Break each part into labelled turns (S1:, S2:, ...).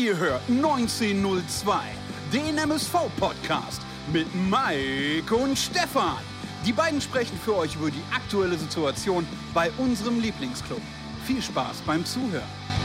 S1: Ihr hört 1902, den MSV-Podcast mit Mike und Stefan. Die beiden sprechen für euch über die aktuelle Situation bei unserem Lieblingsclub. Viel Spaß beim Zuhören.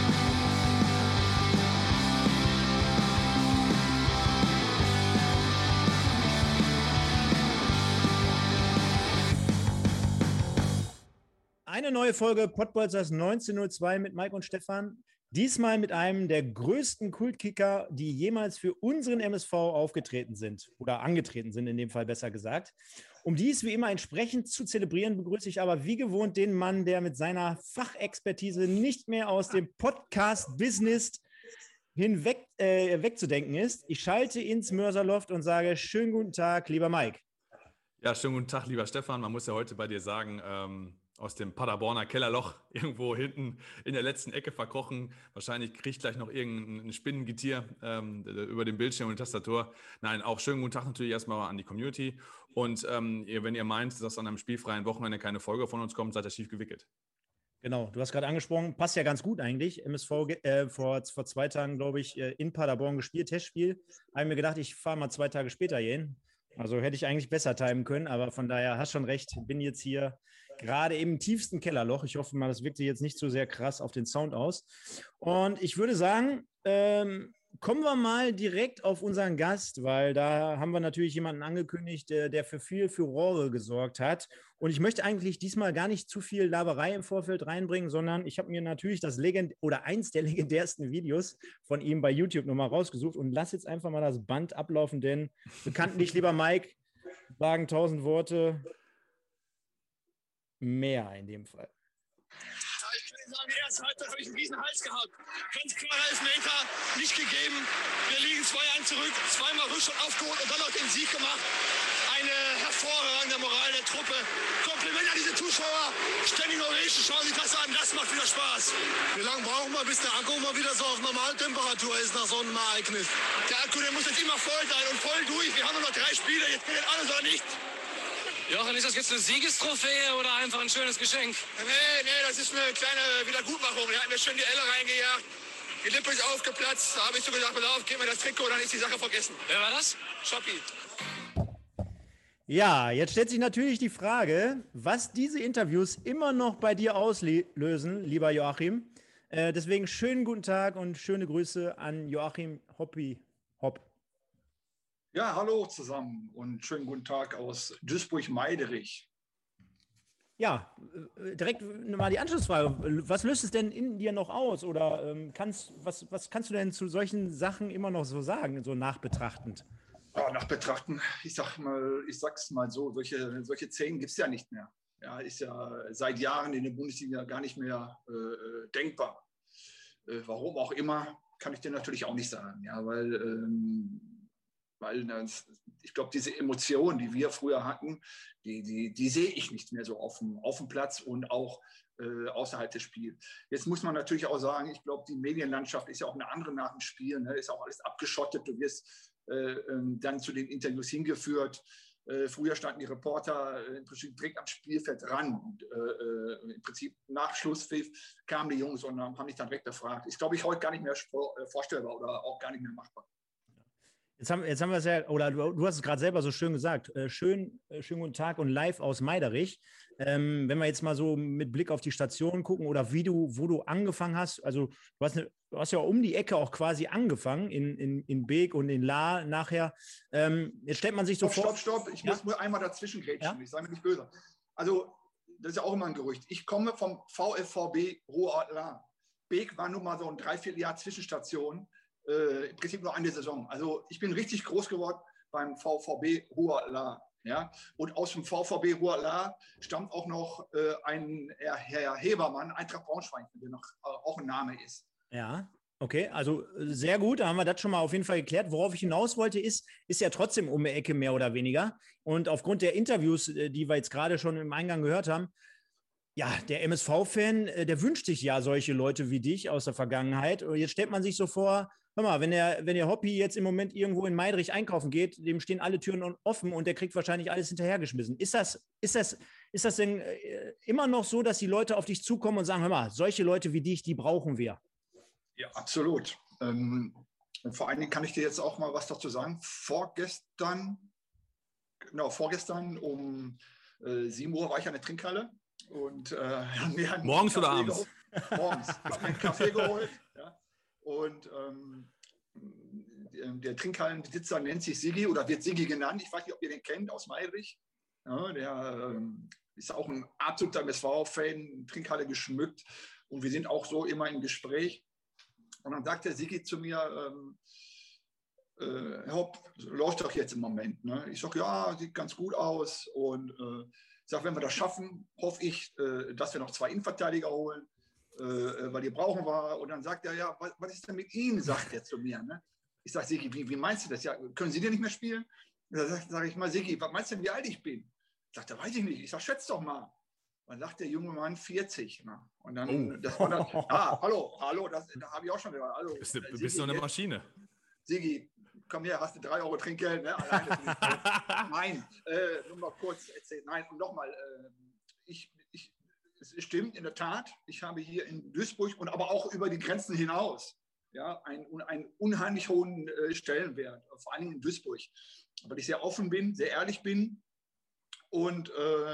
S2: Eine neue Folge Pottbolzers 1902 mit Mike und Stefan. Diesmal mit einem der größten Kultkicker, die jemals für unseren MSV aufgetreten sind. Oder angetreten sind, in dem Fall besser gesagt. Um dies wie immer entsprechend zu zelebrieren, begrüße ich aber wie gewohnt den Mann, der mit seiner Fachexpertise nicht mehr aus dem Podcast-Business hinweg wegzudenken ist. Ich schalte ins Mörserloft und sage, schönen guten Tag, lieber Mike.
S3: Ja, schönen guten Tag, lieber Stefan. Man muss ja heute bei dir sagen, aus dem Paderborner Kellerloch irgendwo hinten in der letzten Ecke verkrochen. Wahrscheinlich kriegt gleich noch irgendein Spinnengetier über den Bildschirm und die Tastatur. Nein, auch schönen guten Tag natürlich erstmal an die Community. Und wenn ihr meint, dass an einem spielfreien Wochenende keine Folge von uns kommt, seid ihr schief gewickelt.
S2: Genau, du hast gerade angesprochen, passt ja ganz gut eigentlich. MSV vor 2 Tagen, glaube ich, in Paderborn gespielt, Testspiel. Habe ich mir gedacht, ich fahre mal 2 Tage später hin. Also hätte ich eigentlich besser timen können, aber von daher hast schon recht, bin jetzt hier gerade im tiefsten Kellerloch. Ich hoffe mal, das wirkt sich jetzt nicht so sehr krass auf den Sound aus. Und ich würde sagen, kommen wir mal direkt auf unseren Gast, weil da haben wir natürlich jemanden angekündigt, der für viel Furore gesorgt hat. Und ich möchte eigentlich diesmal gar nicht zu viel Laberei im Vorfeld reinbringen, sondern ich habe mir natürlich eins der legendärsten Videos von ihm bei YouTube nochmal rausgesucht und lass jetzt einfach mal das Band ablaufen, denn bekanntlich, lieber Mike, sagen 1000 Worte mehr in dem Fall.
S4: Ich kann Ihnen sagen, die erste Halbzeit habe ich einen riesen Hals gehabt. Ganz klarer Elfmeter, nicht gegeben. Wir liegen 2-1 zurück, zweimal Rückstand aufgeholt und dann noch den Sieg gemacht. Eine hervorragende Moral der Truppe. Kompliment an diese Zuschauer. Standing Ovation, schauen Sie das an, das macht wieder Spaß. Wie lange brauchen wir, bis der Akku mal wieder so auf Normaltemperatur ist nach so einem Ereignis? Der Akku, der muss jetzt immer voll sein und voll durch. Wir haben nur noch 3 Spiele, jetzt geht alles oder nicht.
S5: Jochen, ist das jetzt eine Siegestrophäe oder einfach ein schönes Geschenk?
S4: Nee, das ist eine kleine Wiedergutmachung. Der hat mir schön die Elle reingejagt. Die Lippe ist aufgeplatzt. Da habe ich so gesagt, pass auf, gib mir das Trikot, dann ist die Sache vergessen.
S5: Wer war das?
S4: Schoppi.
S2: Ja, jetzt stellt sich natürlich die Frage, was diese Interviews immer noch bei dir auslösen, lieber Joachim. Deswegen schönen guten Tag und schöne Grüße an Joachim Hopp.
S6: Ja, hallo zusammen und schönen guten Tag aus Duisburg-Meiderich.
S2: Ja, direkt mal die Anschlussfrage. Was löst es denn in dir noch aus? Oder was kannst du denn zu solchen Sachen immer noch so sagen, so nachbetrachtend?
S6: Ja, nachbetrachten, ich sag's mal so, solche Szenen gibt es ja nicht mehr. Ja, ist ja seit Jahren in der Bundesliga gar nicht mehr denkbar. Warum auch immer, kann ich dir natürlich auch nicht sagen. Ja, weil ich glaube, diese Emotionen, die wir früher hatten, die sehe ich nicht mehr so auf dem Platz und auch außerhalb des Spiels. Jetzt muss man natürlich auch sagen, ich glaube, die Medienlandschaft ist ja auch eine andere nach dem Spiel. Ne? Ist auch alles abgeschottet. Du wirst dann zu den Interviews hingeführt. Früher standen die Reporter im Prinzip direkt am Spielfeld ran. Und, im Prinzip nach Schlusspfiff kamen die Jungs und haben mich dann direkt gefragt. Ist, glaube ich, heute gar nicht mehr vorstellbar oder auch gar nicht mehr machbar.
S2: Jetzt haben wir es ja, oder du hast es gerade selber so schön gesagt, schönen guten Tag und live aus Meiderich. Wenn wir jetzt mal so mit Blick auf die Station gucken oder wo du angefangen hast, also du hast ja um die Ecke auch quasi angefangen, in Beek und in Lahr nachher. Jetzt stellt man sich so vor...
S6: Stopp, ich muss einmal dazwischen grätschen, ich sei mir nicht böse. Also, das ist ja auch immer ein Gerücht. Ich komme vom VfVB Ruhr-Lahr. Beek war nun mal so ein 3-4 Jahr Zwischenstation. Im Prinzip nur eine Saison. Also ich bin richtig groß geworden beim VfB Ruhr-Lahr. Ja? Und aus dem VfB Ruhr-Lahr stammt auch noch ein Herr Hebermann, Eintracht Braunschweig, der noch auch ein Name ist.
S2: Ja, okay, also sehr gut, da haben wir das schon mal auf jeden Fall geklärt. Worauf ich hinaus wollte, ist ja trotzdem um die Ecke mehr oder weniger. Und aufgrund der Interviews, die wir jetzt gerade schon im Eingang gehört haben, ja, der MSV-Fan, der wünscht sich ja solche Leute wie dich aus der Vergangenheit. Und jetzt stellt man sich so vor, hör mal, wenn der Hoppy jetzt im Moment irgendwo in Meiderich einkaufen geht, dem stehen alle Türen offen und der kriegt wahrscheinlich alles hinterhergeschmissen. Ist das denn immer noch so, dass die Leute auf dich zukommen und sagen, hör mal, solche Leute wie dich, die brauchen wir?
S6: Ja, absolut. Und vor allen Dingen kann ich dir jetzt auch mal was dazu sagen. Vorgestern um 7 Uhr war ich an der Trinkhalle und haben mir einen
S3: Morgens
S6: Kaffee
S3: oder abends?
S6: Morgens. Ich habe mir einen Kaffee geholt. Ja. Und der Trinkhallenbesitzer nennt sich Sigi oder wird Sigi genannt. Ich weiß nicht, ob ihr den kennt, aus Meirich. Ja, der ist auch ein absoluter MSV-Fan, Trinkhalle geschmückt. Und wir sind auch so immer im Gespräch. Und dann sagt der Sigi zu mir, Herr Hopp, läuft doch jetzt im Moment. Ne? Ich sage, ja, sieht ganz gut aus. Und ich sage, wenn wir das schaffen, hoffe ich, dass wir noch 2 Innenverteidiger holen, weil die brauchen wir. Und dann sagt er, ja, was ist denn mit Ihnen, sagt er zu mir. Ne? Ich sage, Sigi, wie meinst du das? Ja, können Sie denn nicht mehr spielen? Da sage ich mal, Sigi, was meinst du denn, wie alt ich bin? Sagt er, weiß ich nicht. Ich sage, schätz doch mal. Dann sagt der junge Mann 40. Ne? Und dann, das war dann, hallo, da habe ich auch schon gesagt. Hallo,
S3: Du bist nur eine Maschine.
S6: Sigi, komm her, hast du 3 Euro Trinkgeld? Ne? Alleine Nein, nur mal kurz erzählen. Nein, und nochmal, es stimmt in der Tat, ich habe hier in Duisburg und aber auch über die Grenzen hinaus einen unheimlich hohen Stellenwert, vor allem in Duisburg, weil ich sehr offen bin, sehr ehrlich bin und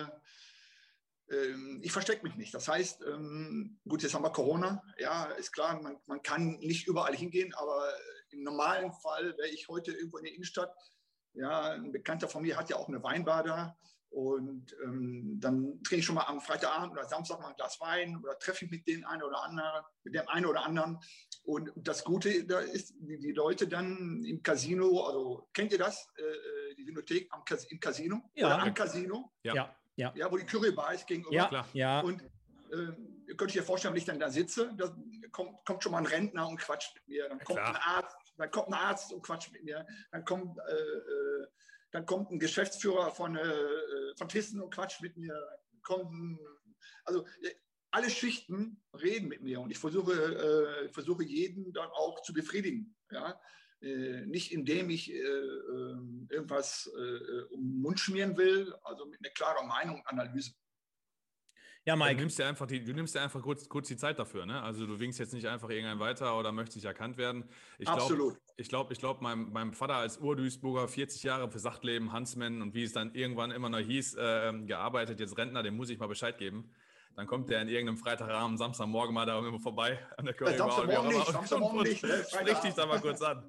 S6: ich verstecke mich nicht. Das heißt, gut, jetzt haben wir Corona. Ja, ist klar, man kann nicht überall hingehen, aber im normalen Fall wäre ich heute irgendwo in der Innenstadt. Ja, ein Bekannter von mir hat ja auch eine Weinbar da. Und dann trinke ich schon mal am Freitagabend oder Samstag mal ein Glas Wein oder treffe ich mit dem einen oder anderen. Und das Gute da ist, die Leute dann im Casino, also kennt ihr das? Die Vinothek im Casino?
S2: Ja.
S6: Oder am Casino?
S2: Ja.
S6: Ja, wo die Currybar ist gegenüber.
S2: Ja, klar. Ja.
S6: Und ihr könnt euch ja vorstellen, wenn ich dann da sitze, da kommt schon mal ein Rentner und quatscht mit mir. Dann kommt ein Arzt und quatscht mit mir. Dann kommt ein Geschäftsführer von Thyssen und quatscht mit mir. Also alle Schichten reden mit mir und ich versuche jeden dann auch zu befriedigen. Ja? Nicht indem ich irgendwas um den Mund schmieren will, also mit einer klaren Meinung und Analyse.
S2: Ja, Mike.
S3: Du nimmst dir einfach kurz die Zeit dafür, ne? Also du winkst jetzt nicht einfach irgendeinen weiter oder möchtest nicht erkannt werden.
S6: Absolut.
S3: Ich glaube, meinem Vater als Ur-Duisburger, 40 Jahre für Sachtleben, Huntsman und wie es dann irgendwann immer noch hieß, gearbeitet, jetzt Rentner, dem muss ich mal Bescheid geben. Dann kommt der in irgendeinem Freitagabend, Samstagmorgen mal da immer vorbei an der Currybar und spricht dich da mal kurz an.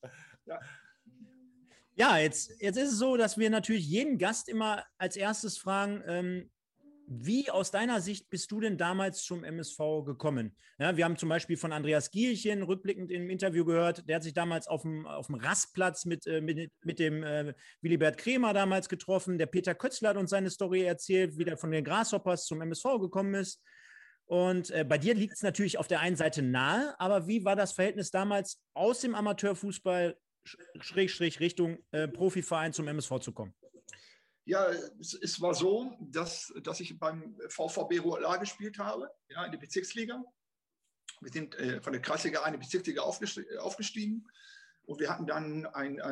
S2: Ja, jetzt ist es so, dass wir natürlich jeden Gast immer als erstes fragen, wie aus deiner Sicht bist du denn damals zum MSV gekommen? Ja, wir haben zum Beispiel von Andreas Gielchen rückblickend im Interview gehört, der hat sich damals auf dem Rastplatz mit dem Willibert Krämer damals getroffen. Der Peter Kötzler hat uns seine Story erzählt, wie der von den Grasshoppers zum MSV gekommen ist. Und bei dir liegt es natürlich auf der einen Seite nahe, aber wie war das Verhältnis damals aus dem Amateurfußball Richtung Profiverein zum MSV zu kommen?
S6: Ja, es war so, dass ich beim VfB Rohr gespielt habe, ja, in der Bezirksliga. Wir sind von der Kreisliga in die Bezirksliga aufgestiegen und wir hatten dann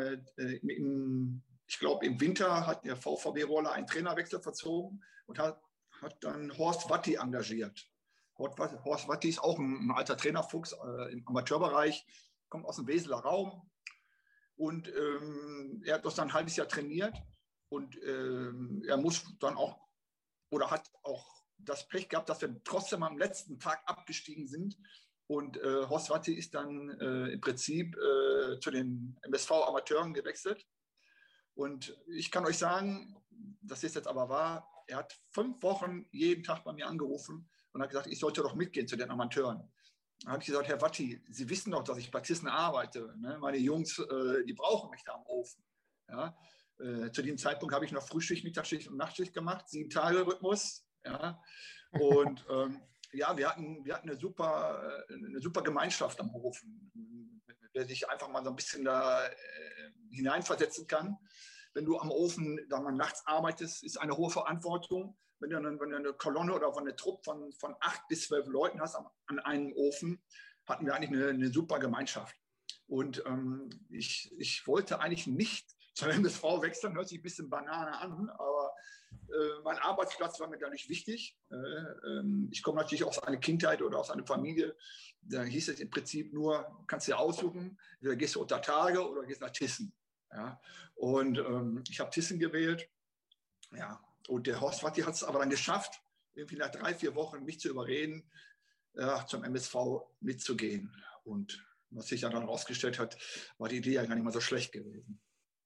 S6: ich glaube im Winter hat der VfB Rohr einen Trainerwechsel verzogen und hat dann Horst Watti engagiert. Horst Watti ist auch ein alter Trainerfuchs im Amateurbereich, kommt aus dem Weseler Raum und er hat das dann ein halbes Jahr trainiert. Und er muss dann auch, oder hat auch das Pech gehabt, dass wir trotzdem am letzten Tag abgestiegen sind. Und Horst Watti ist dann im Prinzip zu den MSV-Amateuren gewechselt. Und ich kann euch sagen, das ist jetzt aber wahr, er hat 5 Wochen jeden Tag bei mir angerufen und hat gesagt, ich sollte doch mitgehen zu den Amateuren. Da habe ich gesagt, Herr Watti, Sie wissen doch, dass ich bei Thyssen arbeite. Ne? Meine Jungs, die brauchen mich da am Ofen. Ja? Zu dem Zeitpunkt habe ich noch Frühschicht, Mittagsschicht und Nachtschicht gemacht, 7-Tage-Rhythmus. Ja. Und ja, wir hatten eine super Gemeinschaft am Hof, der sich einfach mal so ein bisschen da hineinversetzen kann. Wenn du am Ofen da mal nachts arbeitest, ist eine hohe Verantwortung. Wenn du eine Kolonne oder eine Truppe von 8 bis 12 Leuten hast an einem Ofen, hatten wir eigentlich eine super Gemeinschaft. Und ich wollte eigentlich nicht zum MSV wechseln, hört sich ein bisschen Banane an, aber Mein Arbeitsplatz war mir gar nicht wichtig. Ich komme natürlich aus einer Kindheit oder aus einer Familie, da hieß es im Prinzip nur, kannst du dir aussuchen, entweder gehst du unter Tage oder gehst nach Thyssen. Ja? Und ich habe Thyssen gewählt. Ja. Und der Horst Watti hat es aber dann geschafft, irgendwie nach 3-4 Wochen mich zu überreden, zum MSV mitzugehen. Und was sich dann herausgestellt hat, war die Idee ja gar nicht mal so schlecht gewesen.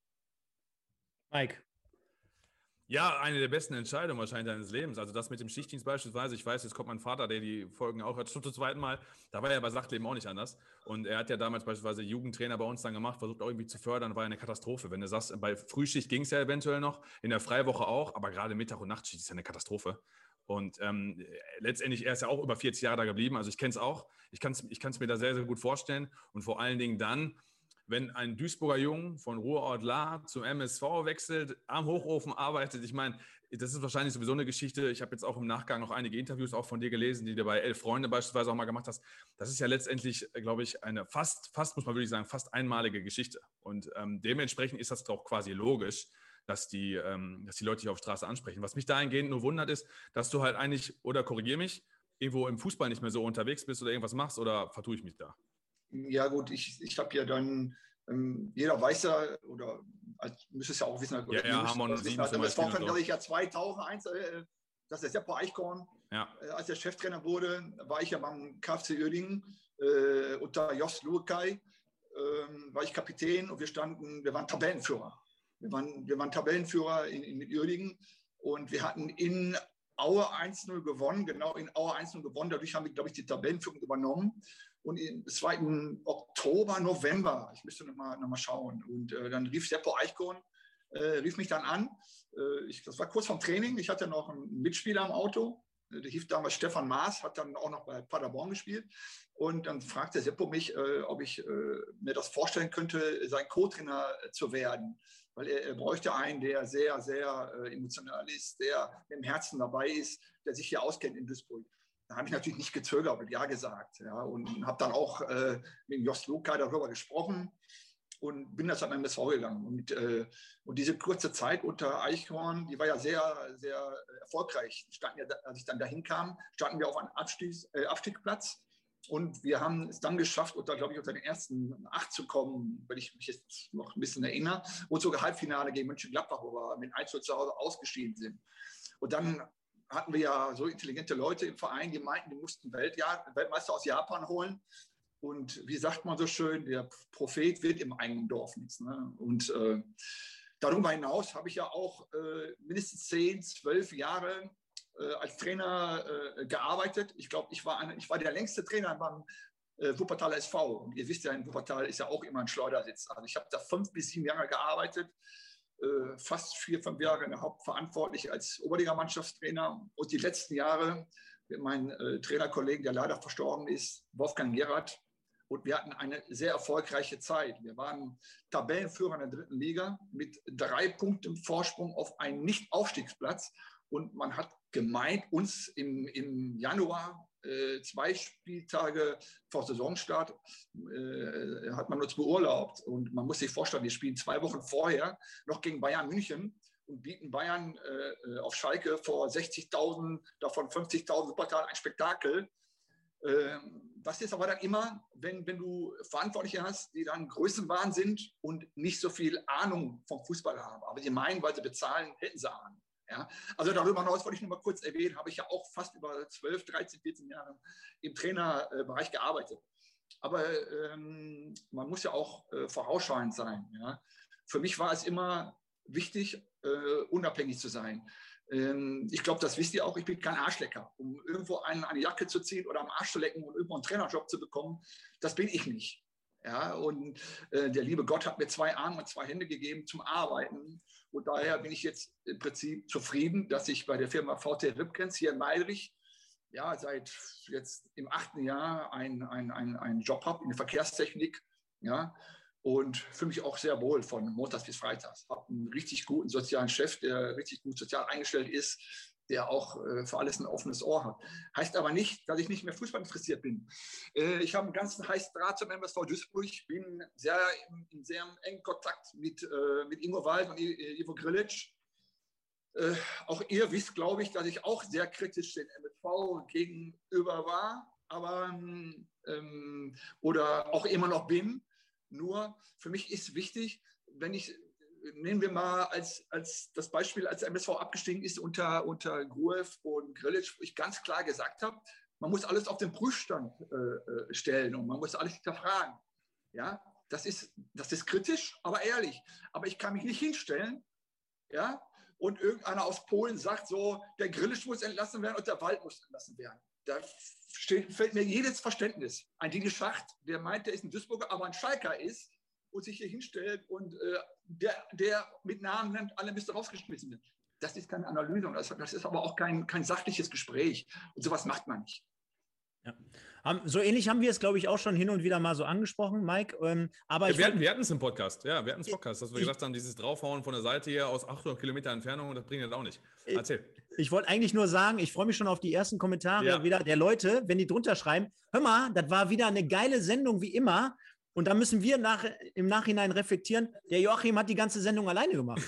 S2: Mike.
S3: Ja, eine der besten Entscheidungen wahrscheinlich deines Lebens. Also das mit dem Schichtdienst beispielsweise. Ich weiß, jetzt kommt mein Vater, der die Folgen auch hört, schon zum zweiten Mal. Da war ja bei Sachtleben auch nicht anders. Und er hat ja damals beispielsweise Jugendtrainer bei uns dann gemacht, versucht auch irgendwie zu fördern, war ja eine Katastrophe. Wenn du sagst, bei Frühschicht ging es ja eventuell noch, in der Freiwoche auch, aber gerade Mittag- und Nachtschicht ist ja eine Katastrophe. Und letztendlich, er ist ja auch über 40 Jahre da geblieben. Also ich kenne es auch. Ich kann es mir da sehr, sehr gut vorstellen. Und vor allen Dingen dann, wenn ein Duisburger Jung von Ruhrort Lahr zum MSV wechselt, am Hochofen arbeitet. Ich meine, das ist wahrscheinlich sowieso eine Geschichte. Ich habe jetzt auch im Nachgang noch einige Interviews auch von dir gelesen, die du bei 11 Freunde beispielsweise auch mal gemacht hast. Das ist ja letztendlich, glaube ich, eine fast muss man wirklich sagen, fast einmalige Geschichte. Und dementsprechend ist das doch quasi logisch, dass die Leute dich auf Straße ansprechen. Was mich dahingehend nur wundert ist, dass du halt eigentlich, oder korrigiere mich, irgendwo im Fußball nicht mehr so unterwegs bist oder irgendwas machst, oder vertue ich mich da?
S6: Ja gut, ich habe ja dann, jeder weiß ja, oder müsste es ja auch wissen, oder
S3: ja, Hamon 7 zum
S6: das
S3: Beispiel.
S6: war ich ja 2001, dass der Seppo Eichhorn, als der Cheftrainer wurde, war ich ja beim KfC Uerdingen unter Jos Luekai, war ich Kapitän und wir waren Tabellenführer. Wir waren Tabellenführer in Uerdingen und wir hatten in Aue 1-0 gewonnen, genau in Aue 1-0 gewonnen. Dadurch haben wir, glaube ich, die Tabellenführung übernommen. Und es war im Oktober, November, ich müsste noch mal schauen. Und dann rief Seppo Eichhorn, rief mich dann an. Das war kurz vorm Training. Ich hatte noch einen Mitspieler im Auto. Der hieß damals Stefan Maas, hat dann auch noch bei Paderborn gespielt. Und dann fragte Seppo mich, ob ich mir das vorstellen könnte, sein Co-Trainer zu werden. Weil er bräuchte einen, der sehr, sehr emotional ist, der im Herzen dabei ist, der sich hier auskennt in Duisburg. Da habe ich natürlich nicht gezögert und ja gesagt. Ja, und habe dann auch mit Jos Luekai darüber gesprochen und bin das an MSV gegangen. Und diese kurze Zeit unter Eichhorn, die war ja sehr, sehr erfolgreich. Als ich dann dahin kam, standen wir auf einem Abstiegsplatz. Und wir haben es dann geschafft, glaube ich, unter den ersten 8 zu kommen, wenn ich mich jetzt noch ein bisschen erinnere. Und sogar Halbfinale gegen Mönchengladbach, wo wir mit 1 zu Hause ausgeschieden sind. Und dann hatten wir ja so intelligente Leute im Verein, die meinten, die mussten Weltmeister aus Japan holen. Und wie sagt man so schön, der Prophet wird im eigenen Dorf nichts. Ne? Und darüber hinaus habe ich ja auch mindestens 10, 12 Jahre als Trainer gearbeitet. Ich glaube, ich war der längste Trainer beim Wuppertaler SV. Und ihr wisst ja, in Wuppertal ist ja auch immer ein Schleudersitz. Also ich habe da 5 bis 7 Jahre gearbeitet, fast 4, 5 Jahre in der Hauptverantwortlich als Oberliga-Mannschaftstrainer. Und die letzten Jahre mit meinem Trainerkollegen, der leider verstorben ist, Wolfgang Gerhardt. Und wir hatten eine sehr erfolgreiche Zeit. Wir waren Tabellenführer in der 3. Liga mit 3 Punkten Vorsprung auf einen Nicht-Aufstiegsplatz. Und man hat gemeint, uns im Januar, 2 Spieltage vor Saisonstart, hat man uns beurlaubt. Und man muss sich vorstellen, wir spielen 2 Wochen vorher noch gegen Bayern München und bieten Bayern auf Schalke vor 60.000, davon 50.000 Wuppertal ein Spektakel. Das ist aber dann immer, wenn du Verantwortliche hast, die dann Größenwahn sind und nicht so viel Ahnung vom Fußball haben. Aber sie meinen, weil sie bezahlen, hätten sie Ahnung. Ja, also darüber hinaus wollte ich nur mal kurz erwähnen, habe ich ja auch fast über 12, 13, 14 Jahre im Trainerbereich gearbeitet. Aber man muss ja auch vorausschauend sein. Ja. Für mich war es immer wichtig, unabhängig zu sein. Ich glaube, das wisst ihr auch, ich bin kein Arschlecker. Um irgendwo eine Jacke zu ziehen oder am Arsch zu lecken und irgendwo einen Trainerjob zu bekommen, das bin ich nicht. Ja, und der liebe Gott hat mir 2 Arme und 2 Hände gegeben zum Arbeiten. Und daher bin ich jetzt im Prinzip zufrieden, dass ich bei der Firma VT Ripkens hier in Meidrich ja, seit jetzt im 8. Jahr einen Job habe in der Verkehrstechnik. Ja, und fühle mich auch sehr wohl von montags bis freitags. Ich habe einen richtig guten sozialen Chef, der richtig gut sozial eingestellt ist, der auch für alles ein offenes Ohr hat. Heißt aber nicht, dass ich nicht mehr Fußball interessiert bin. Ich habe einen ganzen heißen Draht zum MSV Duisburg. Ich bin in sehr engen Kontakt mit Ingo Wald und Ivo Grilic. Auch ihr wisst, glaube ich, dass ich auch sehr kritisch den MSV gegenüber war, aber oder auch immer noch bin. Nur für mich ist wichtig, nehmen wir mal als das Beispiel, als der MSV abgestiegen ist unter Gruev und Grillitsch, wo ich ganz klar gesagt habe, man muss alles auf den Prüfstand stellen und man muss alles hinterfragen. Ja, das ist kritisch, aber ehrlich. Aber ich kann mich nicht hinstellen, ja, und irgendeiner aus Polen sagt so, der Grillitsch muss entlassen werden und der Wald muss entlassen werden. Da fällt mir jedes Verständnis. Ein Didi Schacht, der meint, der ist ein Duisburger, aber ein Schalker ist und sich hier hinstellt und der mit Namen nennt, alle müsste rausgeschmissen werden. Das ist keine Analyse und das ist aber auch kein sachliches Gespräch. Und sowas macht man nicht.
S2: Ja. So ähnlich haben wir es, glaube ich, auch schon hin und wieder mal so angesprochen, Mike. Aber
S3: wir hatten es im Podcast, dass wir gesagt haben, dieses Draufhauen von der Seite hier aus 800 Kilometer Entfernung, das bringt das auch nicht. Erzähl.
S2: Ich wollte eigentlich nur sagen, ich freue mich schon auf die ersten Kommentare wieder der Leute, wenn die drunter schreiben, hör mal, das war wieder eine geile Sendung wie immer. Und da müssen wir im Nachhinein reflektieren, der Joachim hat die ganze Sendung alleine gemacht.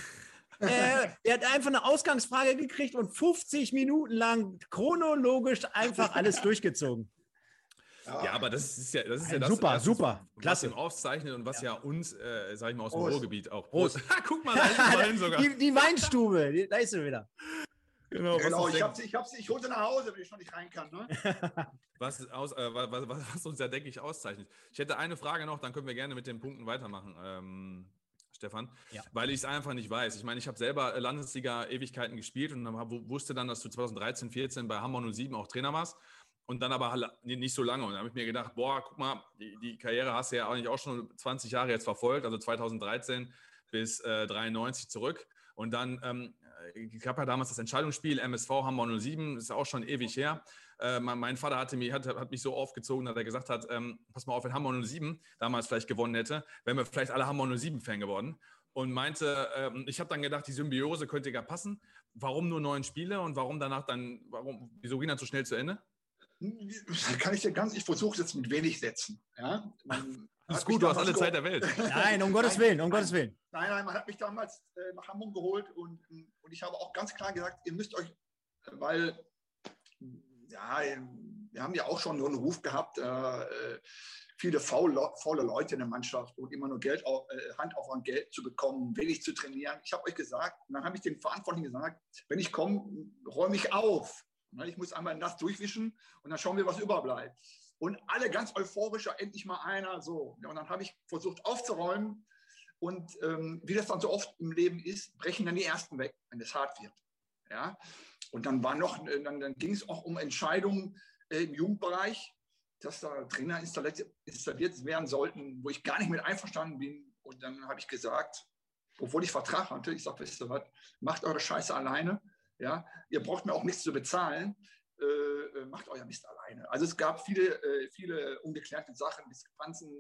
S2: Er hat einfach eine Ausgangsfrage gekriegt und 50 Minuten lang chronologisch einfach alles durchgezogen.
S3: Ja, aber das ist ja das,
S2: super,
S3: was ihm auszeichnet und was ja uns, sag ich mal, aus dem Ruhrgebiet auch. Prost. Guck mal, da ist immerhin sogar.
S2: Die Weinstube, da ist sie wieder.
S6: Genau, ich hole sie nach Hause, wenn ich noch nicht rein kann. Ne?
S3: Was uns ja, denke ich, auszeichnet. Ich hätte eine Frage noch, dann können wir gerne mit den Punkten weitermachen, Stefan, weil ich es einfach nicht weiß. Ich meine, ich habe selber Landesliga Ewigkeiten gespielt und wusste dann, dass du 2013, 14 bei Hamburg 07 auch Trainer warst. Und dann aber nicht so lange. Und da habe ich mir gedacht, boah, guck mal, die Karriere hast du ja eigentlich auch schon 20 Jahre jetzt verfolgt, also 2013 bis 93 zurück. Und dann gab ja damals das Entscheidungsspiel, MSV Hamburg 07, das ist auch schon ewig her. Mein Vater hat mich so aufgezogen, dass er gesagt hat, pass mal auf, wenn Hamburg 07 damals vielleicht gewonnen hätte, wären wir vielleicht alle Hamburg 07-Fan geworden. Und meinte, ich habe dann gedacht, die Symbiose könnte gar passen. Warum nur 9 Spiele und wieso ging das so schnell zu Ende?
S6: Ich versuche es jetzt mit wenig Sätzen. Ja?
S3: Das ist gut, du hast alle Zeit der Welt.
S2: Nein, um Gottes Willen.
S6: Nein, man hat mich damals nach Hamburg geholt und ich habe auch ganz klar gesagt, ihr müsst euch, weil, ja, wir haben ja auch schon nur einen Ruf gehabt, viele faule Leute in der Mannschaft und immer nur Hand auf Hand Geld zu bekommen, wenig zu trainieren. Ich habe euch gesagt, und dann habe ich den Verantwortlichen gesagt, wenn ich komme, räume ich auf. Ich muss einmal nass durchwischen und dann schauen wir, was überbleibt. Und alle ganz euphorisch, endlich mal einer, so. Ja, und dann habe ich versucht aufzuräumen und wie das dann so oft im Leben ist, brechen dann die Ersten weg, wenn es hart wird. Ja? Und dann dann ging es auch um Entscheidungen im Jugendbereich, dass da Trainer installiert werden sollten, wo ich gar nicht mit einverstanden bin. Und dann habe ich gesagt, obwohl ich Vertrag hatte, ich sage, wisst ihr was, macht eure Scheiße alleine. Ja, ihr braucht mir auch nichts zu bezahlen, macht euer Mist alleine. Also es gab viele ungeklärte Sachen, Diskrepanzen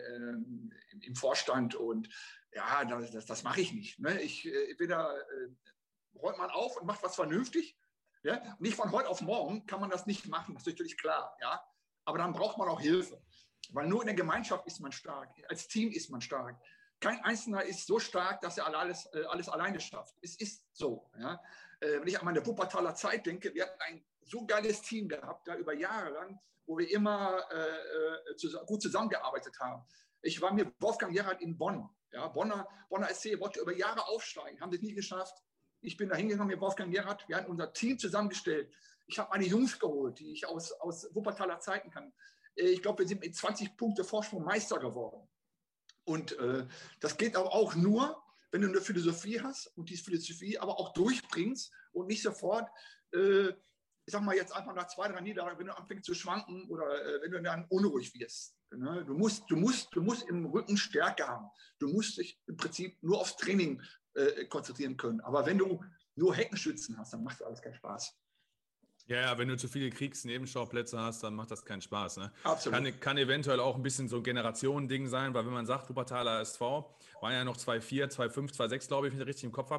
S6: im Vorstand und ja, das mache ich nicht. Ne? Entweder räumt man auf und macht was vernünftig, ja? Nicht von heute auf morgen kann man das nicht machen, das ist natürlich klar. Ja? Aber dann braucht man auch Hilfe, weil nur in der Gemeinschaft ist man stark, als Team ist man stark. Kein Einzelner ist so stark, dass er alles alleine schafft. Es ist so. Ja? Wenn ich an meine Wuppertaler Zeit denke, wir hatten ein so geiles Team gehabt, da über Jahre lang, wo wir immer gut zusammengearbeitet haben. Ich war mit Wolfgang Gerhardt in Bonn. Ja? Bonner SC wollte über Jahre aufsteigen, haben das nie geschafft. Ich bin da hingegangen mit Wolfgang Gerhardt, wir hatten unser Team zusammengestellt. Ich habe meine Jungs geholt, die ich aus Wuppertaler Zeiten kann. Ich glaube, wir sind mit 20 Punkte Vorsprung Meister geworden. Und das geht aber auch nur, wenn du eine Philosophie hast und diese Philosophie aber auch durchbringst und nicht sofort, ich sag mal jetzt einfach nach 2, 3 Niederlagen, wenn du anfängst zu schwanken oder wenn du dann unruhig wirst. Ne? Du musst im Rücken Stärke haben. Du musst dich im Prinzip nur aufs Training konzentrieren können. Aber wenn du nur Heckenschützen hast, dann macht das alles keinen Spaß.
S3: Ja, wenn du zu viele Kriegsnebenschauplätze hast, dann macht das keinen Spaß. Ne?
S6: Absolut.
S3: Kann eventuell auch ein bisschen so ein Generationending sein, weil wenn man sagt, Wuppertaler SV, waren ja noch 2-4, 2-5, 2-6, glaube ich, wenn ich richtig im Kopf habe.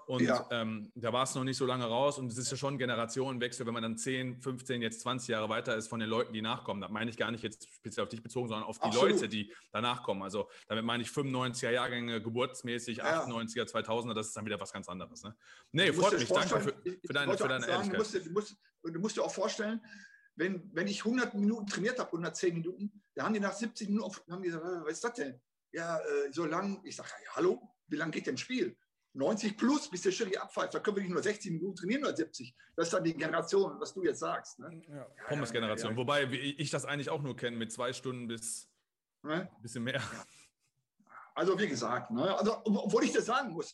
S3: Und
S6: Ja.
S3: da war es noch nicht so lange raus. Und es ist ja schon ein Generationenwechsel, wenn man dann 10, 15, jetzt 20 Jahre weiter ist von den Leuten, die nachkommen. Da meine ich gar nicht jetzt speziell auf dich bezogen, sondern auf die
S6: Absolut.
S3: Leute, die danach kommen. Also damit meine ich 95er Jahrgänge, geburtsmäßig, 98er, 2000er, das ist dann wieder was ganz anderes. Ne? Nee, freut mich. Danke für deine Ehrlichkeit.
S6: Du musst dir auch vorstellen, wenn ich 100 Minuten trainiert habe, 110 Minuten, da haben die nach 70 Minuten haben die gesagt, was ist das denn? Ja, so lang. Ich sage, ja, hallo, wie lange geht denn das Spiel? 90 plus, bis der Schiri abpfeift. Da können wir nicht nur 60 Minuten trainieren oder 70. Das ist dann die Generation, was du jetzt sagst. Ne?
S3: Ja, Pommes-Generation. Wobei ich das eigentlich auch nur kenne mit 2 Stunden bis ein bisschen mehr.
S6: Also wie gesagt, ne? Also, obwohl ich das sagen muss,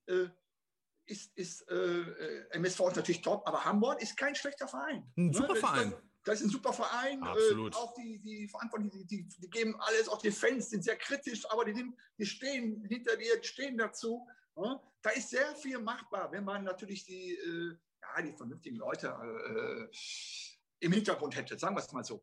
S6: MSV ist natürlich top, aber Hamburg ist kein schlechter Verein.
S3: Ein super Verein.
S6: Das ist ein super Verein.
S3: Absolut.
S6: Auch die Verantwortlichen, die geben alles, auch die Fans sind sehr kritisch, aber die stehen hinter dir, stehen dazu. Ja? Da ist sehr viel machbar, wenn man natürlich die vernünftigen Leute im Hintergrund hätte, sagen wir es mal so.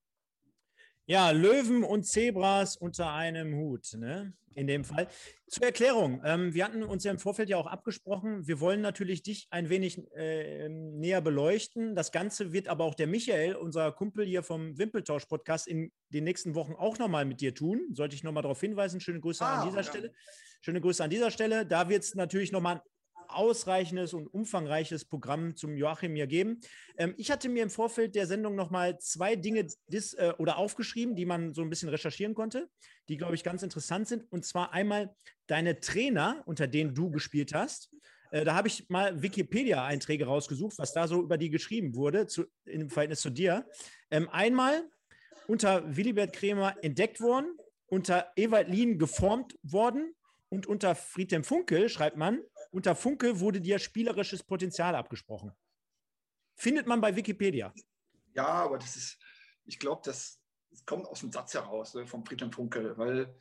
S2: Ja, Löwen und Zebras unter einem Hut, ne? In dem Fall. Zur Erklärung, wir hatten uns ja im Vorfeld ja auch abgesprochen, wir wollen natürlich dich ein wenig näher beleuchten. Das Ganze wird aber auch der Michael, unser Kumpel hier vom Wimpeltausch-Podcast, in den nächsten Wochen auch nochmal mit dir tun. Sollte ich nochmal darauf hinweisen. Schöne Grüße an dieser Stelle. Schöne Grüße an dieser Stelle. Da wird es natürlich nochmal ein ausreichendes und umfangreiches Programm zum Joachim hier geben. Ich hatte mir im Vorfeld der Sendung nochmal 2 Dinge aufgeschrieben, die man so ein bisschen recherchieren konnte, die, glaube ich, ganz interessant sind. Und zwar einmal deine Trainer, unter denen du gespielt hast. Da habe ich mal Wikipedia-Einträge rausgesucht, was da so über die geschrieben wurde, im Verhältnis zu dir. Einmal unter Willibert Krämer entdeckt worden, unter Ewald Lien geformt worden und unter Friedhelm Funkel, schreibt man, unter Funke wurde dir spielerisches Potenzial abgesprochen. Findet man bei Wikipedia.
S6: Ja, aber ich glaube, das kommt aus dem Satz heraus, ne, vom Friedhelm Funkel, weil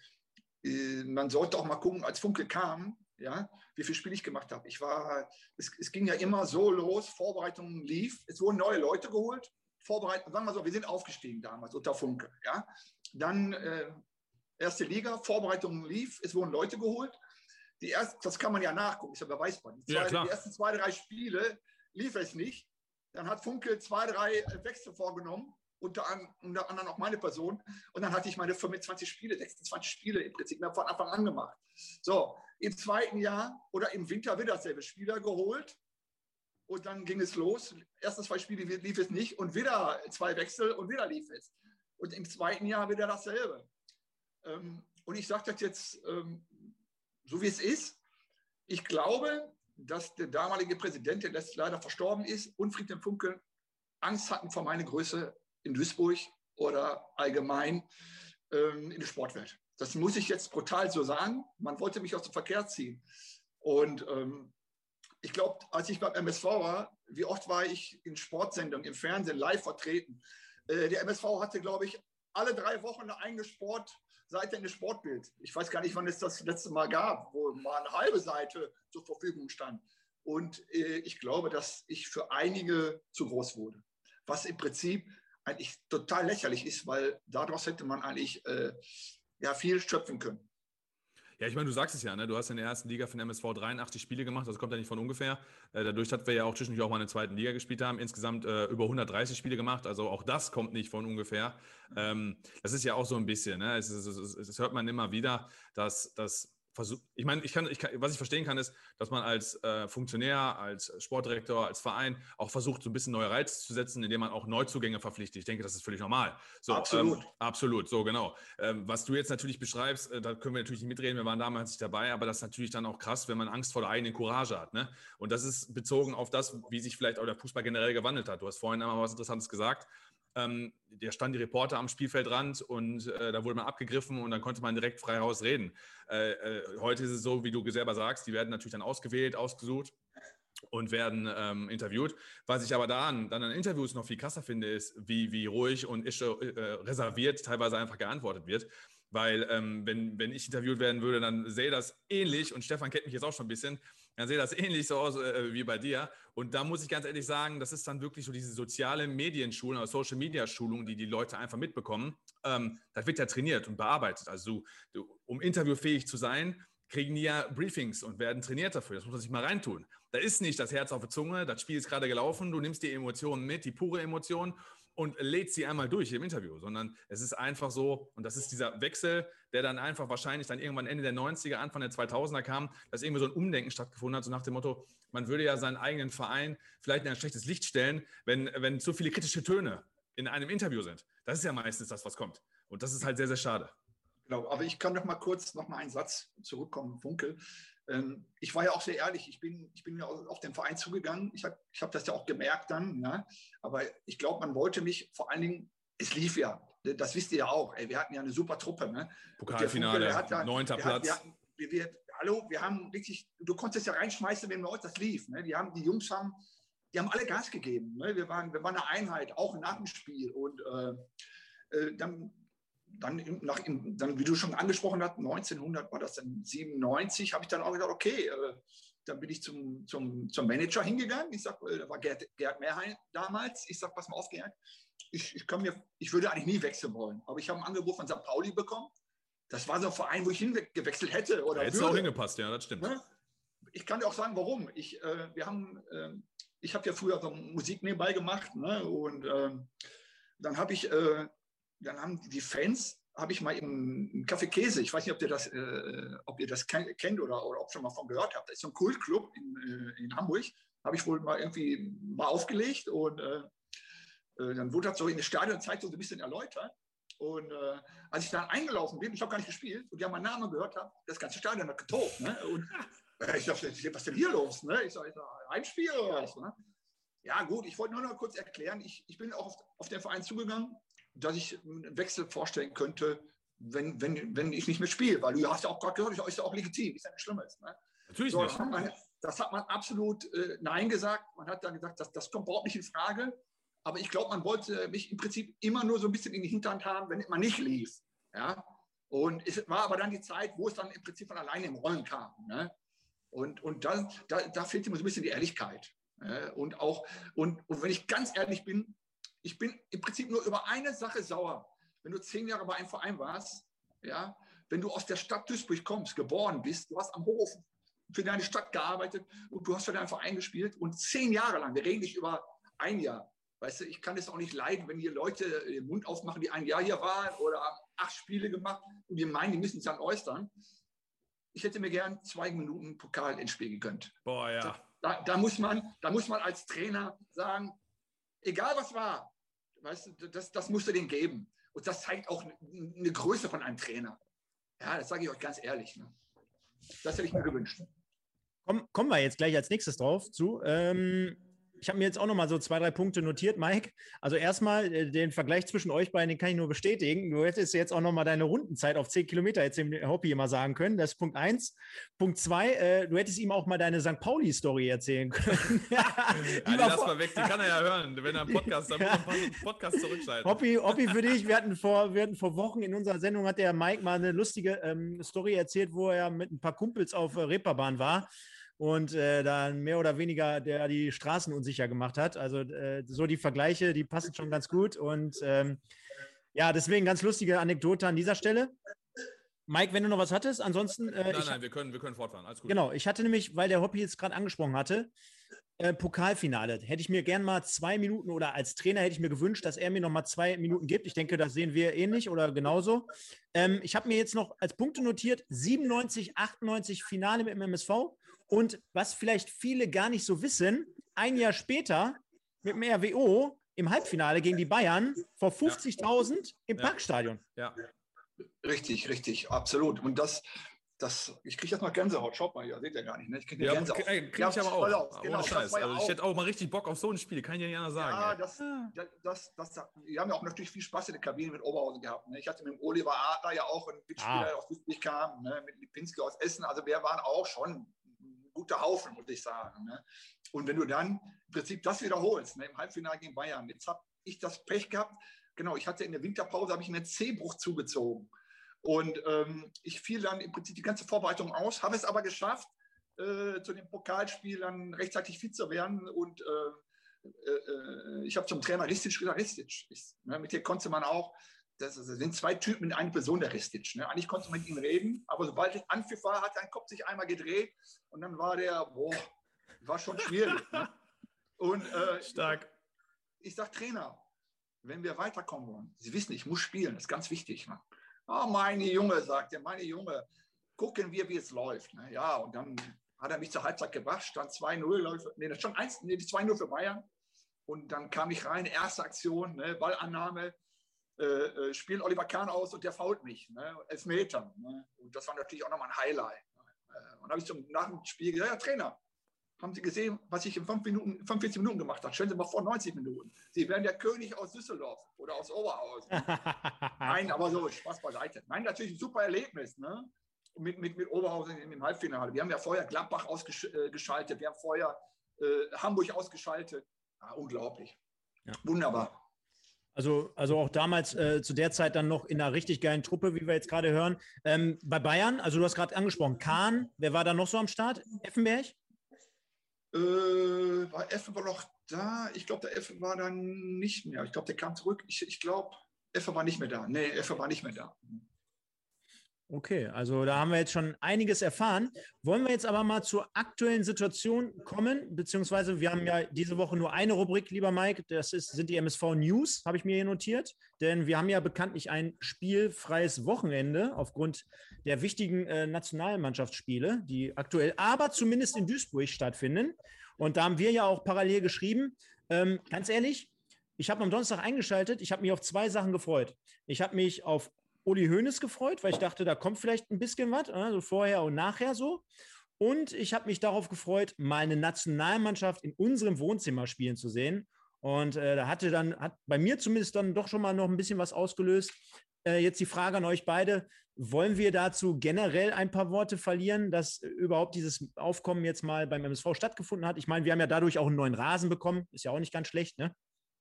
S6: man sollte auch mal gucken, als Funkel kam, ja, wie viele Spiele ich gemacht habe. Es ging ja immer so los, Vorbereitungen lief, es wurden neue Leute geholt, sagen wir so, wir sind aufgestiegen damals unter Funkel, ja. Dann erste Liga, Vorbereitungen lief, es wurden Leute geholt. Das kann man ja nachgucken, ist ja beweisbar. Die ersten 2, 3 Spiele lief es nicht. Dann hat Funkel 2, 3 Wechsel vorgenommen, unter anderem auch meine Person. Und dann hatte ich meine 25 Spiele, 26 Spiele im Prinzip von Anfang an gemacht. So, im zweiten Jahr oder im Winter wieder dasselbe Spieler geholt. Und dann ging es los. Ersten 2 Spiele lief es nicht und wieder 2 Wechsel und wieder lief es. Und im zweiten Jahr wieder dasselbe. Und ich sage das jetzt so wie es ist. Ich glaube, dass der damalige Präsident, der leider verstorben ist, und Friedhelm Funkel Angst hatten vor meiner Größe in Duisburg oder allgemein in der Sportwelt. Das muss ich jetzt brutal so sagen. Man wollte mich aus dem Verkehr ziehen. Und ich glaube, als ich beim MSV war, wie oft war ich in Sportsendungen, im Fernsehen live vertreten. Der MSV hatte, glaube ich, alle 3 Wochen eine eigene Seite in das Sportbild. Ich weiß gar nicht, wann es das letzte Mal gab, wo mal eine halbe Seite zur Verfügung stand. Und ich glaube, dass ich für einige zu groß wurde. Was im Prinzip eigentlich total lächerlich ist, weil daraus hätte man eigentlich viel schöpfen können.
S3: Ja, ich meine, du sagst es ja, ne? Du hast in der ersten Liga für den MSV 83 Spiele gemacht, das kommt ja nicht von ungefähr. Dadurch, dass wir ja auch zwischendurch auch mal in der zweiten Liga gespielt haben, insgesamt über 130 Spiele gemacht, also auch das kommt nicht von ungefähr. Das ist ja auch so ein bisschen, ne? Es hört man immer wieder, dass ich meine, was ich verstehen kann, ist, dass man als Funktionär, als Sportdirektor, als Verein auch versucht, so ein bisschen neue Reize zu setzen, indem man auch Neuzugänge verpflichtet. Ich denke, das ist völlig normal. So,
S6: absolut.
S3: Absolut, so genau. Was du jetzt natürlich beschreibst, da können wir natürlich nicht mitreden, wir waren damals nicht dabei, aber das ist natürlich dann auch krass, wenn man Angst vor der eigenen Courage hat. Ne? Und das ist bezogen auf das, wie sich vielleicht auch der Fußball generell gewandelt hat. Du hast vorhin einmal was Interessantes gesagt. Da standen die Reporter am Spielfeldrand und da wurde man abgegriffen und dann konnte man direkt frei raus reden. Heute ist es so, wie du selber sagst, die werden natürlich dann ausgewählt, ausgesucht und werden interviewt. Was ich aber dann an Interviews noch viel krasser finde, ist, wie ruhig und reserviert teilweise einfach geantwortet wird. Weil wenn ich interviewt werden würde, dann sähe das ähnlich, und Stefan kennt mich jetzt auch schon ein bisschen, dann sähe das ähnlich so aus wie bei dir. Und da muss ich ganz ehrlich sagen, das ist dann wirklich so diese soziale Medienschulung oder Social-Media-Schulung, die Leute einfach mitbekommen. Das wird ja trainiert und bearbeitet. Also um interviewfähig zu sein, kriegen die ja Briefings und werden trainiert dafür. Das muss man sich mal reintun. Da ist nicht das Herz auf der Zunge, das Spiel ist gerade gelaufen, du nimmst die Emotionen mit, die pure Emotion und lädst sie einmal durch im Interview, sondern es ist einfach so, und das ist dieser Wechsel, der dann einfach wahrscheinlich dann irgendwann Ende der 90er, Anfang der 2000er kam, dass irgendwie so ein Umdenken stattgefunden hat, so nach dem Motto, man würde ja seinen eigenen Verein vielleicht in ein schlechtes Licht stellen, wenn zu viele kritische Töne in einem Interview sind. Das ist ja meistens das, was kommt. Und das ist halt sehr, sehr schade.
S6: Genau, aber ich kann noch mal einen Satz zurückkommen, Funkel. Ich war ja auch sehr ehrlich, ich bin ja auf den Verein zugegangen, ich hab das ja auch gemerkt dann, ne? Aber ich glaube, man wollte mich vor allen Dingen, es lief ja, das wisst ihr ja auch, wir hatten ja eine super Truppe. Ne?
S3: Pokalfinale, 9. Platz.
S6: Wir haben richtig, du konntest ja reinschmeißen, wenn bei uns das lief. Ne? Die Jungs haben alle Gas gegeben. Ne? Wir waren eine Einheit, auch nach dem Spiel. Und dann, wie du schon angesprochen hast, 1900 war das dann 97, habe ich dann auch gesagt, okay, dann bin ich zum Manager hingegangen. Ich sage, da war Gerd Mehrheim damals. Ich sage, pass mal auf, Gerd, ich würde eigentlich nie wechseln wollen. Aber ich habe ein Angebot von St. Pauli bekommen. Das war so ein Verein, wo ich hingewechselt hätte. Oder
S3: hätte auch hingepasst, ja, das stimmt.
S6: Ne? Ich kann dir auch sagen, warum. Ich habe ja früher so Musik nebenbei gemacht. Ne? Und dann haben die Fans, habe ich mal im Café Käse, ich weiß nicht, ob ihr das kennt oder ob schon mal von gehört habt. Das ist so ein Kultclub in Hamburg. Habe ich wohl mal irgendwie aufgelegt und dann wurde das so in der Stadionzeit so ein bisschen erläutert. Und als ich dann eingelaufen bin, ich habe gar nicht gespielt, und die haben meinen Namen gehört, das ganze Stadion hat getobt. Ne? Und ich dachte, was ist denn hier los? Ne? Ich sage, Heimspiel oder was? Ne? Ja gut, ich wollte nur noch kurz erklären, ich bin auch auf den Verein zugegangen, dass ich einen Wechsel vorstellen könnte, wenn ich nicht mehr spiele. Weil du hast ja auch gerade gehört, ist ja auch legitim, ist ja nichts Schlimmes. Ne?
S3: Natürlich
S6: so,
S3: nicht.
S6: Das hat man absolut Nein gesagt. Man hat dann gesagt, das kommt überhaupt nicht in Frage. Aber ich glaube, man wollte mich im Prinzip immer nur so ein bisschen in die Hinterhand haben, wenn man nicht lief. Ja? Und es war aber dann die Zeit, wo es dann im Prinzip von alleine im Rollen kam. Ne? Und da fehlte mir so ein bisschen die Ehrlichkeit. Und wenn ich ganz ehrlich bin, ich bin im Prinzip nur über eine Sache sauer. Wenn du 10 Jahre bei einem Verein warst, ja, wenn du aus der Stadt Duisburg kommst, geboren bist, du hast am Hof für deine Stadt gearbeitet und du hast für deinen Verein gespielt und 10 Jahre lang, wir reden nicht über ein Jahr. Weißt du, ich kann es auch nicht leiden, wenn hier Leute den Mund aufmachen, die ein Jahr hier waren oder 8 Spiele gemacht und die meinen, die müssen es dann äußern. Ich hätte mir gern 2 Minuten Pokal ins Spiel gegönnt.
S3: Boah, ja.
S6: Da muss man als Trainer sagen, egal was war, weißt du, das musst du denen geben. Und das zeigt auch eine Größe von einem Trainer. Ja, das sage ich euch ganz ehrlich. Ne? Das hätte ich mir gewünscht.
S2: Kommen wir jetzt gleich als nächstes drauf zu. Ich habe mir jetzt auch noch mal so 2, 3 Punkte notiert, Mike. Also erstmal den Vergleich zwischen euch beiden, den kann ich nur bestätigen. Du hättest jetzt auch noch mal deine Rundenzeit auf 10 Kilometer jetzt dem Hoppi immer sagen können. Das ist Punkt 1. Punkt 2, du hättest ihm auch mal deine St. Pauli-Story erzählen können.
S3: Die lass mal weg, die kann er ja hören. Wenn er einen Podcast, dann muss er einen Podcast zurückschalten.
S2: Hoppi, für dich, wir hatten vor Wochen in unserer Sendung, hat der Mike mal eine lustige Story erzählt, wo er mit ein paar Kumpels auf Reeperbahn war. Und dann mehr oder weniger der die Straßen unsicher gemacht hat. Also so die Vergleiche, die passen schon ganz gut. Und ja, deswegen ganz lustige Anekdote an dieser Stelle. Mike, wenn du noch was hattest, ansonsten...
S3: Nein, wir können fortfahren, alles gut.
S2: Genau, ich hatte nämlich, weil der Hoppi jetzt gerade angesprochen hatte, Pokalfinale. Hätte ich mir gern mal 2 Minuten oder als Trainer hätte ich mir gewünscht, dass er mir noch mal 2 Minuten gibt. Ich denke, das sehen wir ähnlich oder genauso. Ich habe mir jetzt noch als Punkte notiert, 97, 98 Finale mit dem MSV. Und was vielleicht viele gar nicht so wissen, ein Jahr später mit dem RWO im Halbfinale gegen die Bayern vor 50.000 im Parkstadion.
S3: Ja.
S6: Richtig, absolut. Und ich kriege jetzt noch Gänsehaut. Schaut mal, seht ihr gar nicht. Ne? Ich kriege Gänsehaut.
S3: Kriege ich aber auch.
S6: Genau,
S3: ohne Scheiß. Also ich hätte auch mal richtig Bock auf so ein Spiel, kann ich ja nicht anders sagen.
S6: Ja, wir haben ja auch natürlich viel Spaß in der Kabine mit Oberhausen gehabt. Ne? Ich hatte mit dem Oliver Adler ja auch einen Mitspieler, der aus Duisburg kam, ne? Mit Lipinski aus Essen. Also wir waren auch schon ein guter Haufen, muss ich sagen. Ne? Und wenn du dann im Prinzip das wiederholst, ne? Im Halbfinale gegen Bayern, jetzt habe ich das Pech gehabt. Genau, ich hatte in der Winterpause habe ich mir einen C-Bruch zugezogen. Und ich fiel dann im Prinzip die ganze Vorbereitung aus, habe es aber geschafft, zu dem Pokalspiel dann rechtzeitig fit zu werden. Und ich habe zum Trainer Ristic gesagt, Ristic, mit dir konnte man auch, das sind zwei Typen in eine Person, der Ristic. Ne? Eigentlich konnte man mit ihm reden, aber sobald es Anpfiff war, hat sein Kopf sich einmal gedreht und dann war war schon schwierig. Ne? Und
S3: Stark.
S6: Ich sage, Trainer, wenn wir weiterkommen wollen, Sie wissen, ich muss spielen, das ist ganz wichtig. Ne? Oh, meine Junge, sagt er, meine Junge, gucken wir, wie es läuft. Ne? Ja, und dann hat er mich zur Halbzeit gebracht, stand 2-0, nee, das stand 2-0 für Bayern. Und dann kam ich rein, erste Aktion, ne, Ballannahme, spielen Oliver Kahn aus und der fault mich, ne, 11 Meter. Ne? Und das war natürlich auch nochmal ein Highlight. Und dann habe ich nach dem Spiel gesagt, ja, Trainer, haben Sie gesehen, was ich in 45 Minuten gemacht habe? Stellen Sie mal vor, 90 Minuten. Sie wären der König aus Düsseldorf oder aus Oberhausen. Nein, aber so, Spaß beiseite. Nein, natürlich ein super Erlebnis, ne? Mit Oberhausen im Halbfinale. Wir haben ja vorher Gladbach ausgeschaltet, wir haben vorher Hamburg ausgeschaltet. Ja, unglaublich.
S2: Ja.
S6: Wunderbar.
S2: Also auch damals zu der Zeit dann noch in einer richtig geilen Truppe, wie wir jetzt gerade hören. Bei Bayern, also du hast gerade angesprochen, Kahn, wer war da noch so am Start? Effenberg?
S6: War Effe war noch da? Ich glaube, der Effe war dann nicht mehr. Ich glaube, der kam zurück. Ich glaube, Effe war nicht mehr da. Nee, Effe war nicht mehr da.
S2: Okay, also da haben wir jetzt schon einiges erfahren. Wollen wir jetzt aber mal zur aktuellen Situation kommen, beziehungsweise wir haben ja diese Woche nur eine Rubrik, lieber Mike, sind die MSV News, habe ich mir hier notiert, denn wir haben ja bekanntlich ein spielfreies Wochenende aufgrund der wichtigen Nationalmannschaftsspiele, die aktuell aber zumindest in Duisburg stattfinden. Und da haben wir ja auch parallel geschrieben, ganz ehrlich, ich habe am Donnerstag eingeschaltet, ich habe mich auf zwei Sachen gefreut. Ich habe mich auf Uli Hoeneß gefreut, weil ich dachte, da kommt vielleicht ein bisschen was, also vorher und nachher so. Und ich habe mich darauf gefreut, mal eine Nationalmannschaft in unserem Wohnzimmer spielen zu sehen. Und da hat bei mir zumindest dann doch schon mal noch ein bisschen was ausgelöst. Jetzt die Frage an euch beide, wollen wir dazu generell ein paar Worte verlieren, dass überhaupt dieses Aufkommen jetzt mal beim MSV stattgefunden hat? Ich meine, wir haben ja dadurch auch einen neuen Rasen bekommen, ist ja auch nicht ganz schlecht, ne?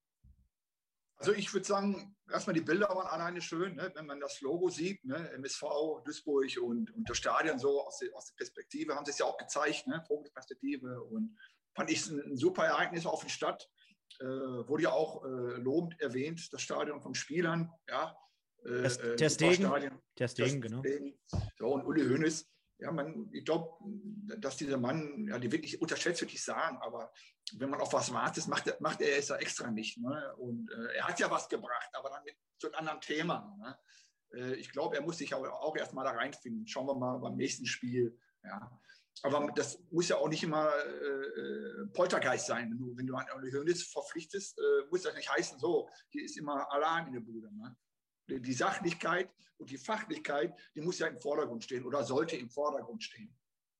S6: Also ich würde sagen, erstmal die Bilder waren alleine schön, ne? Wenn man das Logo sieht, ne? MSV, Duisburg und das Stadion so aus der Perspektive, haben sie es ja auch gezeigt, ne? Vogelperspektive, und fand ich es ein super Ereignis auf der Stadt. Wurde ja auch lobend erwähnt, das Stadion von Spielern, ja.
S2: Der Stegen, genau.
S6: So, und Uli Hoeneß, ja, ich glaube, dass dieser Mann, ja, die wirklich unterschätzt, würde ich sagen, aber wenn man auf was wartet, macht er es ja extra nicht. Ne? Und er hat ja was gebracht, aber dann zu einem anderen Thema. Ne? Ich glaube, er muss sich auch erstmal da reinfinden. Schauen wir mal beim nächsten Spiel. Ja. Aber das muss ja auch nicht immer Poltergeist sein. Wenn du an Uli Hoeneß verpflichtest, muss das nicht heißen, so, hier ist immer Alarm in der Bude. Ne? Die Sachlichkeit und die Fachlichkeit, die muss ja im Vordergrund stehen oder sollte im Vordergrund stehen.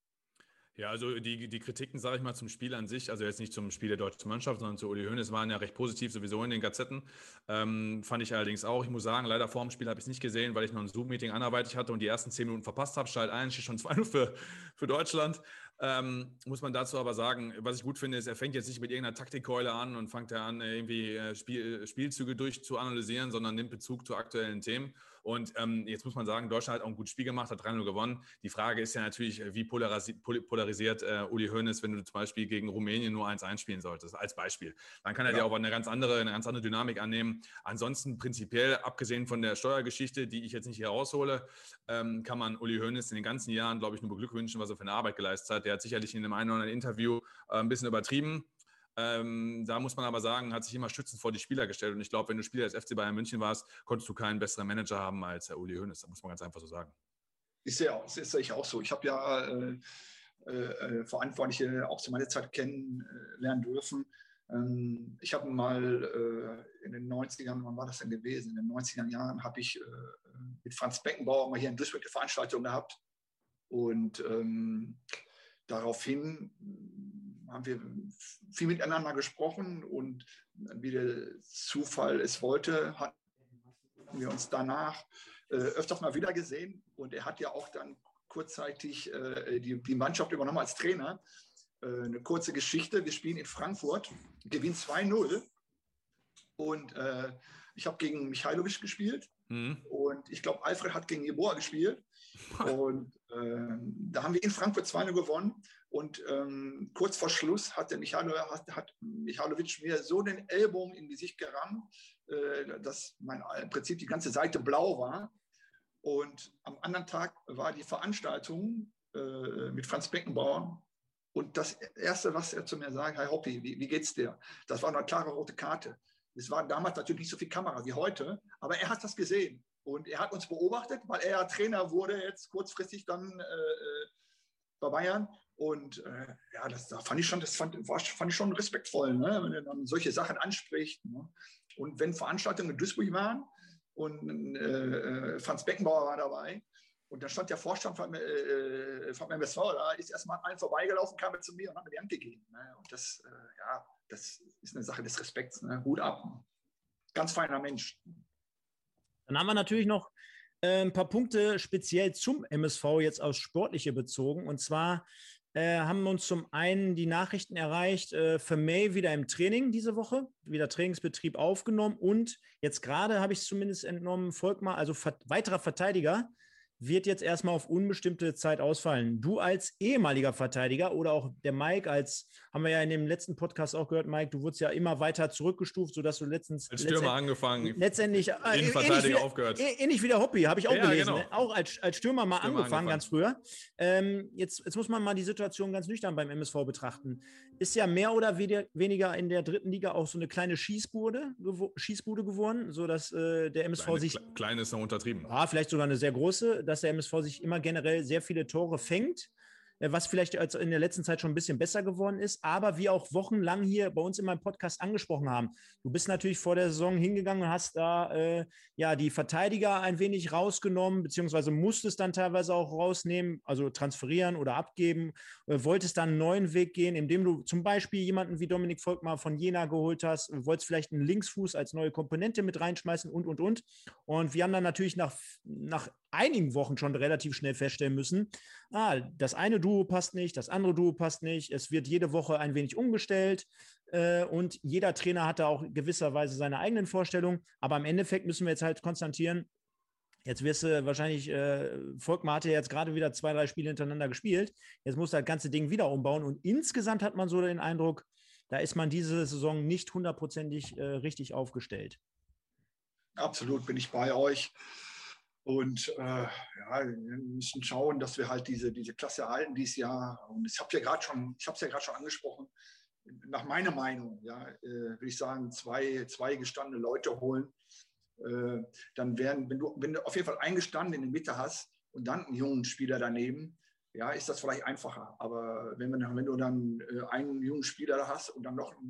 S3: Ja, also die Kritiken, sage ich mal, zum Spiel an sich, also jetzt nicht zum Spiel der deutschen Mannschaft, sondern zu Uli Hoeneß, waren ja recht positiv sowieso in den Gazetten. Fand ich allerdings auch. Ich muss sagen, leider vor dem Spiel habe ich es nicht gesehen, weil ich noch ein Zoom-Meeting anderweitig hatte und die ersten 10 Minuten verpasst habe. Schalt ein, steht schon 2-0 für Deutschland. Muss man dazu aber sagen, was ich gut finde, ist, er fängt jetzt nicht mit irgendeiner Taktikkeule an und fängt an, irgendwie Spielzüge durchzuanalysieren, sondern nimmt Bezug zu aktuellen Themen. Und jetzt muss man sagen, Deutschland hat auch ein gutes Spiel gemacht, hat 3-0 gewonnen. Die Frage ist ja natürlich, wie polarisiert Uli Hoeneß, wenn du zum Beispiel gegen Rumänien nur 1-1 spielen solltest, als Beispiel. Dann kann er dir auch eine ganz andere Dynamik annehmen. Ansonsten prinzipiell, abgesehen von der Steuergeschichte, die ich jetzt nicht hier raushole, kann man Uli Hoeneß in den ganzen Jahren, glaube ich, nur beglückwünschen, was er für eine Arbeit geleistet hat. Der hat sicherlich in dem einen oder anderen Interview ein bisschen übertrieben. Da muss man aber sagen, hat sich immer schützend vor die Spieler gestellt. Und ich glaube, wenn du Spieler des FC Bayern München warst, konntest du keinen besseren Manager haben als Herr Uli Hoeneß. Das muss man ganz einfach so sagen.
S6: Ist ja auch so. Ich habe ja Verantwortliche auch zu meiner Zeit kennenlernen dürfen. Ich habe mal in den 90ern, wann war das denn gewesen? In den 90er Jahren habe ich mit Franz Beckenbauer mal hier in Duisburg eine Veranstaltung gehabt. Und daraufhin haben wir viel miteinander gesprochen und wie der Zufall es wollte, hatten wir uns danach öfters mal wieder gesehen. Und er hat ja auch dann kurzzeitig die Mannschaft übernommen als Trainer. Eine kurze Geschichte, wir spielen in Frankfurt, gewinnen 2-0 und ich habe gegen Mihailovic gespielt. Und Und ich glaube, Alfred hat gegen Jeboa gespielt. Und da haben wir in Frankfurt 2-0 gewonnen. Und kurz vor Schluss hat Michalovic mir so den Ellbogen in Gesicht gerammt, dass im Prinzip die ganze Seite blau war. Und am anderen Tag war die Veranstaltung mit Franz Beckenbauer. Und das Erste, was er zu mir sagt: Hey Hoppi, wie geht's dir? Das war eine klare rote Karte. Es war damals natürlich nicht so viel Kamera wie heute, aber er hat das gesehen. Und er hat uns beobachtet, weil er ja Trainer wurde, jetzt kurzfristig dann bei Bayern. Und das fand ich schon respektvoll, ne? Wenn er dann solche Sachen anspricht. Ne? Und wenn Veranstaltungen in Duisburg waren und Franz Beckenbauer war dabei, und da stand der Vorstand von MSV, da ist erstmal an allen vorbeigelaufen, kam er zu mir und hat mir die Hand gegeben. Ne? Und das ist eine Sache des Respekts. Ne? Hut ab. Ganz feiner Mensch.
S2: Dann haben wir natürlich noch ein paar Punkte speziell zum MSV jetzt aufs Sportliche bezogen. Und zwar haben uns zum einen die Nachrichten erreicht, Vermey wieder im Training diese Woche, wieder Trainingsbetrieb aufgenommen. Und jetzt gerade habe ich es zumindest entnommen, Volkmar, also weiterer Verteidiger, wird jetzt erstmal auf unbestimmte Zeit ausfallen. Du als ehemaliger Verteidiger oder auch der Mike haben wir ja in dem letzten Podcast auch gehört, Mike, du wurdest ja immer weiter zurückgestuft, sodass du als
S3: Stürmer angefangen,
S2: letztendlich
S3: Innenverteidiger aufgehört.
S2: Ähnlich wie der Hoppi, habe ich auch gelesen.
S3: Genau.
S2: Ne? Auch als Stürmer mal angefangen, ganz früher. Jetzt muss man mal die Situation ganz nüchtern beim MSV betrachten. Ist ja mehr oder weniger in der dritten Liga auch so eine kleine Schießbude geworden, sodass der MSV
S3: Klein ist noch untertrieben.
S2: Ja, vielleicht sogar eine sehr große, dass der MSV sich immer generell sehr viele Tore fängt, was vielleicht in der letzten Zeit schon ein bisschen besser geworden ist, aber wir auch wochenlang hier bei uns in meinem Podcast angesprochen haben. Du bist natürlich vor der Saison hingegangen und hast da die Verteidiger ein wenig rausgenommen, beziehungsweise musstest dann teilweise auch rausnehmen, also transferieren oder abgeben, wolltest dann einen neuen Weg gehen, indem du zum Beispiel jemanden wie Dominik Volkmar von Jena geholt hast, wolltest vielleicht einen Linksfuß als neue Komponente mit reinschmeißen und. Und wir haben dann natürlich nach einigen Wochen schon relativ schnell feststellen müssen, das eine Duo passt nicht, das andere Duo passt nicht, es wird jede Woche ein wenig umgestellt und jeder Trainer hat da auch gewisserweise seine eigenen Vorstellungen, aber im Endeffekt müssen wir jetzt halt konstatieren, jetzt wirst du wahrscheinlich, Volkmar hatte jetzt gerade wieder 2-3 Spiele hintereinander gespielt, jetzt muss das ganze Ding wieder umbauen und insgesamt hat man so den Eindruck, da ist man diese Saison nicht hundertprozentig richtig aufgestellt.
S6: Absolut, bin ich bei euch. Und wir müssen schauen, dass wir halt diese Klasse erhalten dieses Jahr. Und ich habe es ja gerade schon angesprochen. Nach meiner Meinung, würde ich sagen, zwei gestandene Leute holen. Dann wenn du auf jeden Fall einen gestanden in der Mitte hast und dann einen jungen Spieler daneben, ist das vielleicht einfacher. Aber wenn du dann einen jungen Spieler hast und dann noch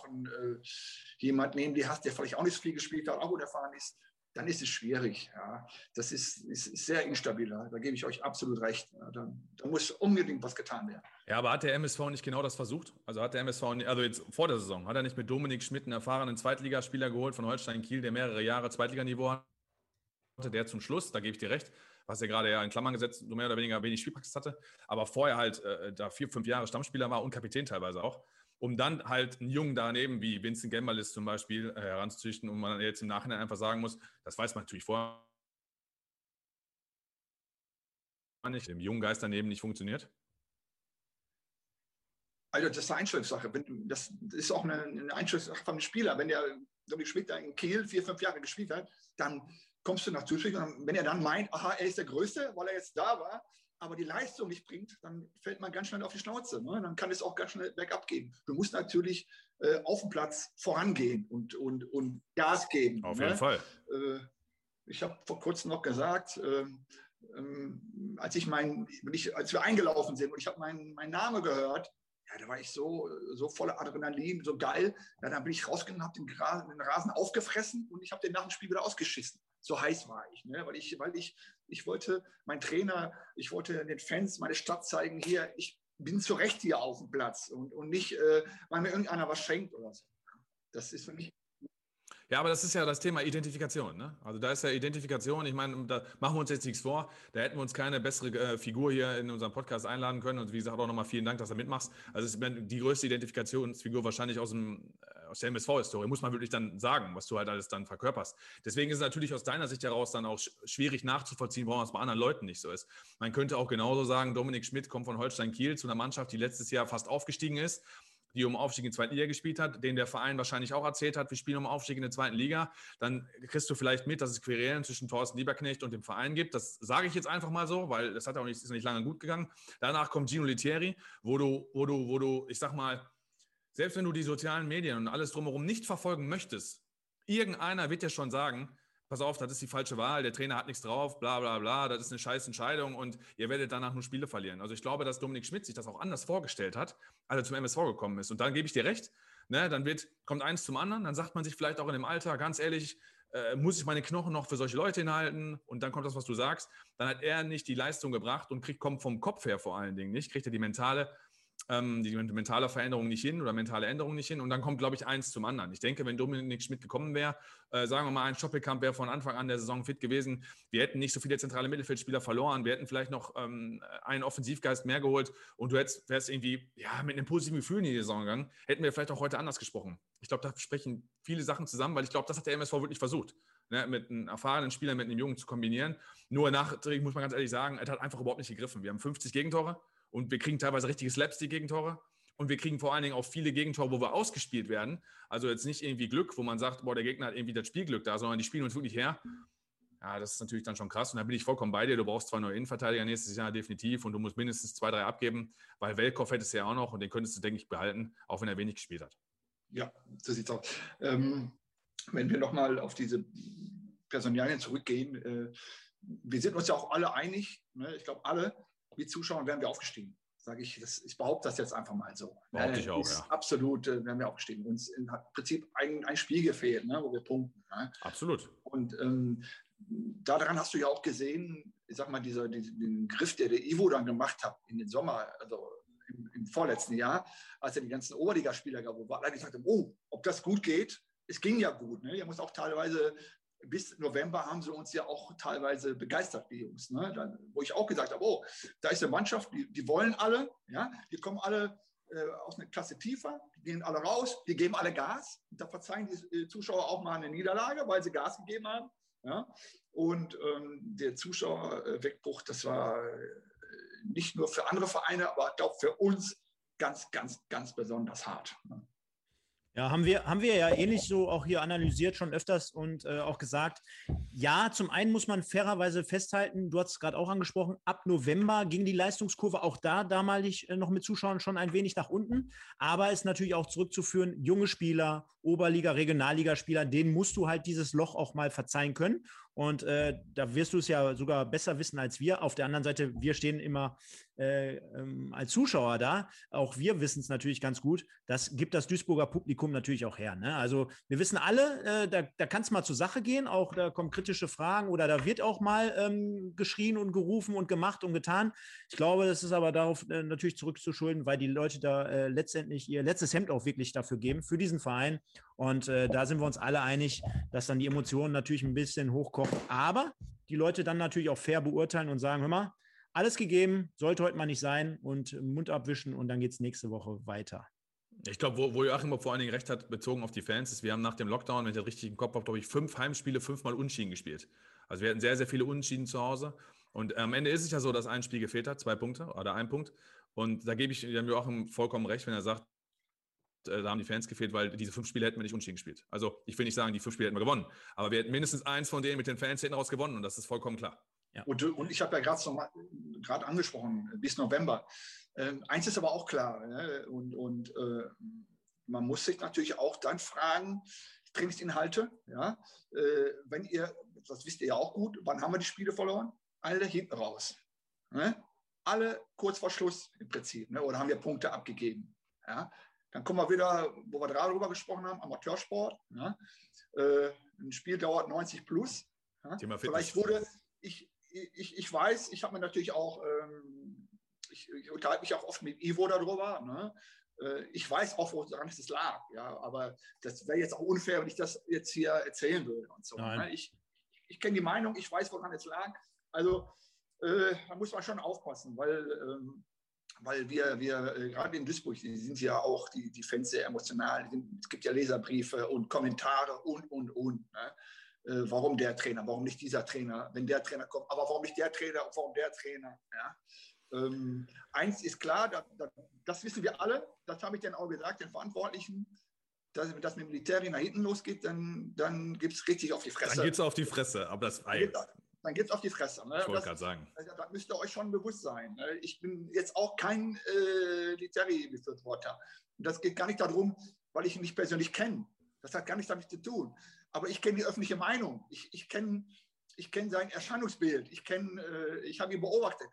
S6: jemand neben dir hast, der vielleicht auch nicht so viel gespielt hat, auch unerfahren ist, dann ist es schwierig. Ja. Das ist sehr instabil. Da gebe ich euch absolut recht. Ja. Da muss unbedingt was getan werden. Ja,
S3: aber hat der MSV nicht genau das versucht? Also hat der MSV, also jetzt vor der Saison, hat er nicht mit Dominik Schmidt einen erfahrenen Zweitligaspieler geholt von Holstein Kiel, der mehrere Jahre Zweitliganiveau hatte, der zum Schluss, da gebe ich dir recht, was er gerade ja in Klammern gesetzt, so mehr oder weniger wenig Spielpraxis hatte, aber vorher halt da 4-5 Jahre Stammspieler war und Kapitän teilweise auch, um dann halt einen Jungen daneben, wie Vincent Gembalis zum Beispiel, heranzuzüchten und man jetzt im Nachhinein einfach sagen muss, das weiß man natürlich vorher nicht, dem jungen Geist daneben nicht funktioniert?
S6: Also das ist eine Einstellungssache. Das ist auch eine Einstellungssache von einem Spieler. Wenn der Dominik Schmidt da in Kiel 4-5 Jahre gespielt hat, dann kommst du nach Duisburg und wenn er dann meint, er ist der Größte, weil er jetzt da war, aber die Leistung nicht bringt, dann fällt man ganz schnell auf die Schnauze. Ne? Dann kann es auch ganz schnell bergab gehen. Du musst natürlich auf dem Platz vorangehen und Gas geben.
S3: Auf jeden Fall.
S6: Ich habe vor kurzem noch gesagt, als wir eingelaufen sind und ich habe meinen Namen gehört, da war ich so voller Adrenalin, so geil. Ja, dann bin ich rausgegangen, habe den Rasen aufgefressen und ich habe den nach dem Spiel wieder ausgeschissen. So heiß war ich, ne? Weil ich wollte, mein Trainer, ich wollte den Fans meine Stadt zeigen, hier, ich bin zu Recht hier auf dem Platz und nicht, weil mir irgendeiner was schenkt oder so. Das ist für mich.
S3: Ja, aber das ist ja das Thema Identifikation. Ne? Also da ist ja Identifikation, ich meine, da machen wir uns jetzt nichts vor, da hätten wir uns keine bessere Figur hier in unserem Podcast einladen können. Und wie gesagt, auch nochmal vielen Dank, dass du mitmachst. Also es ist die größte Identifikationsfigur wahrscheinlich aus der MSV-Historie, muss man wirklich dann sagen, was du halt alles dann verkörperst. Deswegen ist es natürlich aus deiner Sicht heraus dann auch schwierig nachzuvollziehen, warum es bei anderen Leuten nicht so ist. Man könnte auch genauso sagen, Dominik Schmidt kommt von Holstein Kiel zu einer Mannschaft, die letztes Jahr fast aufgestiegen ist, die um Aufstieg in die zweite Liga gespielt hat, den der Verein wahrscheinlich auch erzählt hat, wir spielen um Aufstieg in der zweiten Liga, dann kriegst du vielleicht mit, dass es Querelen zwischen Thorsten Lieberknecht und dem Verein gibt. Das sage ich jetzt einfach mal so, weil das ist nicht lange gut gegangen. Danach kommt Gino Lettieri, wo du, ich sag mal, selbst wenn du die sozialen Medien und alles drumherum nicht verfolgen möchtest, irgendeiner wird dir schon sagen, pass auf, das ist die falsche Wahl, der Trainer hat nichts drauf, bla bla bla, das ist eine scheiß Entscheidung und ihr werdet danach nur Spiele verlieren. Also ich glaube, dass Dominik Schmidt sich das auch anders vorgestellt hat, als er zum MSV gekommen ist. Und dann gebe ich dir recht, ne, dann kommt eins zum anderen, dann sagt man sich vielleicht auch in dem Alter, ganz ehrlich, muss ich meine Knochen noch für solche Leute hinhalten? Und dann kommt das, was du sagst, dann hat er nicht die Leistung gebracht und kommt vom Kopf her vor allen Dingen nicht, kriegt er die mentale Veränderung nicht hin oder mentale Änderung nicht hin und dann kommt, glaube ich, eins zum anderen. Ich denke, wenn Dominik Schmidt gekommen wäre, sagen wir mal, ein Stoppelkamp wäre von Anfang an der Saison fit gewesen, wir hätten nicht so viele zentrale Mittelfeldspieler verloren, wir hätten vielleicht noch einen Offensivgeist mehr geholt und du wärst irgendwie mit einem positiven Gefühl in die Saison gegangen, hätten wir vielleicht auch heute anders gesprochen. Ich glaube, da sprechen viele Sachen zusammen, weil ich glaube, das hat der MSV wirklich versucht, ne, mit einem erfahrenen Spieler mit einem Jungen zu kombinieren. Nur nachträglich muss man ganz ehrlich sagen, es hat einfach überhaupt nicht gegriffen. Wir haben 50 Gegentore. Und wir kriegen teilweise richtige Slapstick-Gegentore. Und wir kriegen vor allen Dingen auch viele Gegentore, wo wir ausgespielt werden. Also jetzt nicht irgendwie Glück, wo man sagt, boah, der Gegner hat irgendwie das Spielglück da, sondern die spielen uns wirklich her. Ja, das ist natürlich dann schon krass. Und da bin ich vollkommen bei dir. Du brauchst 2 neue Innenverteidiger nächstes Jahr definitiv. Und du musst mindestens 2, 3 abgeben, weil Welkow hättest du ja auch noch. Und den könntest du, denke ich, behalten, auch wenn er wenig gespielt hat.
S6: Ja, so sieht's aus. Wenn wir nochmal auf diese Personalien zurückgehen, wir sind uns ja auch alle einig, ne? Ich glaube, alle, wie Zuschauer, wären wir aufgestiegen. Sage ich, ich behaupte das jetzt einfach mal so.
S3: Behaupte ich auch, ja.
S6: Absolut wären wir aufgestiegen. Uns im Prinzip ein Spiel gefehlt, ne, wo wir punkten. Ne?
S3: Absolut.
S6: Und daran hast du ja auch gesehen, ich sag mal, den Griff, der Ivo dann gemacht hat in den Sommer, also im vorletzten Jahr, als er die ganzen Oberligaspieler gab, wo wir alle gesagt haben, oh, ob das gut geht. Es ging ja gut. Ne? Ihr muss auch teilweise bis November haben sie uns ja auch teilweise begeistert, die Jungs. Ne? Wo ich auch gesagt habe, oh, da ist eine Mannschaft, die wollen alle, ja? Die kommen alle aus einer Klasse tiefer, die gehen alle raus, die geben alle Gas. Und da verzeihen die Zuschauer auch mal eine Niederlage, weil sie Gas gegeben haben. Ja? Und der Zuschauerwegbruch, das war nicht nur für andere Vereine, aber auch für uns ganz, ganz, ganz besonders hart. Ne?
S2: Ja, haben wir ja ähnlich so auch hier analysiert schon öfters und auch gesagt, ja, zum einen muss man fairerweise festhalten, du hast es gerade auch angesprochen, ab November ging die Leistungskurve auch da damalig noch mit Zuschauern schon ein wenig nach unten, aber ist natürlich auch zurückzuführen, junge Spieler, Oberliga-, Regionalligaspieler, denen musst du halt dieses Loch auch mal verzeihen können. Und da wirst du es ja sogar besser wissen als wir. Auf der anderen Seite, wir stehen immer als Zuschauer da. Auch wir wissen es natürlich ganz gut. Das gibt das Duisburger Publikum natürlich auch her. Ne? Also wir wissen alle, da kann es mal zur Sache gehen. Auch da kommen kritische Fragen oder da wird auch mal geschrien und gerufen und gemacht und getan. Ich glaube, das ist aber darauf natürlich zurückzuschulden, weil die Leute da letztendlich ihr letztes Hemd auch wirklich dafür geben, für diesen Verein. Und da sind wir uns alle einig, dass dann die Emotionen natürlich ein bisschen hochkochen. Aber die Leute dann natürlich auch fair beurteilen und sagen, hör mal, alles gegeben, sollte heute mal nicht sein und Mund abwischen und dann geht es nächste Woche weiter.
S3: Ich glaube, wo Joachim vor allen Dingen recht hat, bezogen auf die Fans, ist, wir haben nach dem Lockdown, wenn ich das richtig im Kopf habe, glaube ich, 5 Heimspiele, 5-mal Unentschieden gespielt. Also wir hatten sehr, sehr viele Unentschieden zu Hause. Und am Ende ist es ja so, dass ein Spiel gefehlt hat, 2 Punkte oder 1 Punkt. Und da gebe ich Joachim vollkommen recht, wenn er sagt, da haben die Fans gefehlt, weil diese 5 Spiele hätten wir nicht unentschieden gespielt. Also ich will nicht sagen, die 5 Spiele hätten wir gewonnen, aber wir hätten mindestens eins von denen mit den Fans hinten raus gewonnen und das ist vollkommen klar.
S6: Ja. Und ich habe ja gerade angesprochen, bis November. Eins ist aber auch klar, ne? und man muss sich natürlich auch dann fragen, Trainingsinhalte, ja? Wenn ihr, das wisst ihr ja auch gut, wann haben wir die Spiele verloren? Alle hinten raus. Ne? Alle kurz vor Schluss im Prinzip, ne? Oder haben wir Punkte abgegeben. Ja? Dann kommen wir wieder, wo wir gerade drüber gesprochen haben, Amateursport. Ja? Ein Spiel dauert 90 plus. Ja? Vielleicht wurde, ich weiß, ich habe mir natürlich auch, ich unterhalte mich auch oft mit Ivo darüber, ne? Ich weiß auch, woran es lag, ja, aber das wäre jetzt auch unfair, wenn ich das jetzt hier erzählen würde und so. Ne? Ich kenne die Meinung, ich weiß, woran es lag. Also da muss man schon aufpassen, weil wir gerade in Duisburg, die sind ja auch die Fans sehr emotional. Es gibt ja Leserbriefe und Kommentare und. Ne? Warum der Trainer, warum nicht dieser Trainer, wenn der Trainer kommt, aber warum nicht der Trainer, warum der Trainer. Ja? Eins ist klar, das wissen wir alle, das habe ich dann auch gesagt, den Verantwortlichen, dass das mit dem Militär nach hinten losgeht, dann gibt es richtig auf die Fresse.
S3: Dann geht es auf die Fresse, aber das war jetzt.
S6: Dann geht es auf die Fresse. Ne?
S3: Ich wollte gerade sagen.
S6: Das müsst ihr euch schon bewusst sein. Ne? Ich bin jetzt auch kein Militärbefürworter. Das geht gar nicht darum, weil ich ihn nicht persönlich kenne. Das hat gar nichts damit zu tun. Aber ich kenne die öffentliche Meinung. Ich kenne sein Erscheinungsbild. Ich habe ihn beobachtet.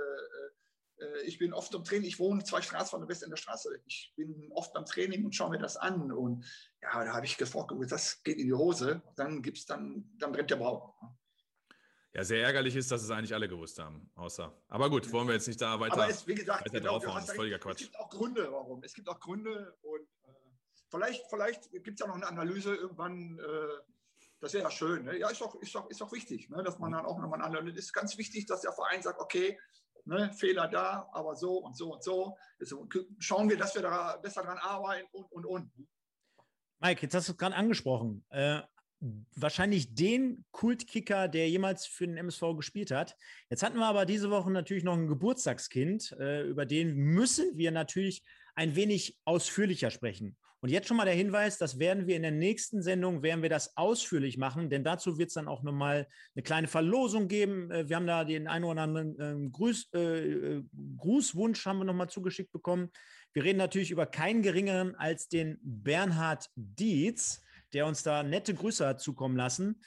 S6: Ich bin oft am Training. Ich wohne 2 Straßen von der Westender Straße. Ich bin oft am Training und schaue mir das an. Und ja, da habe ich gefragt, das geht in die Hose. Dann brennt der Baum.
S3: Ja, sehr ärgerlich ist, dass es eigentlich alle gewusst haben, Aber gut, wollen wir jetzt nicht da weiter,
S6: wie gesagt,
S3: weiter draufhauen. Das ist völliger Quatsch.
S6: Es gibt auch Gründe, warum. Es gibt auch Gründe und vielleicht gibt es ja noch eine Analyse irgendwann. Das wäre ja schön. Ne? Ja, ist doch wichtig, ne? Dass man dann auch nochmal analysiert. Es ist ganz wichtig, dass der Verein sagt, okay, ne, Fehler da, aber so und so und so. Jetzt schauen wir, dass wir da besser dran arbeiten und.
S2: Mike, jetzt hast du es gerade angesprochen. Wahrscheinlich den Kultkicker, der jemals für den MSV gespielt hat. Jetzt hatten wir aber diese Woche natürlich noch ein Geburtstagskind, über den müssen wir natürlich ein wenig ausführlicher sprechen. Und jetzt schon mal der Hinweis, das werden wir in der nächsten Sendung, das ausführlich machen, denn dazu wird es dann auch nochmal eine kleine Verlosung geben. Wir haben da den einen oder anderen Grußwunsch haben wir nochmal zugeschickt bekommen. Wir reden natürlich über keinen geringeren als den Bernhard Dietz, der uns da nette Grüße hat zukommen lassen.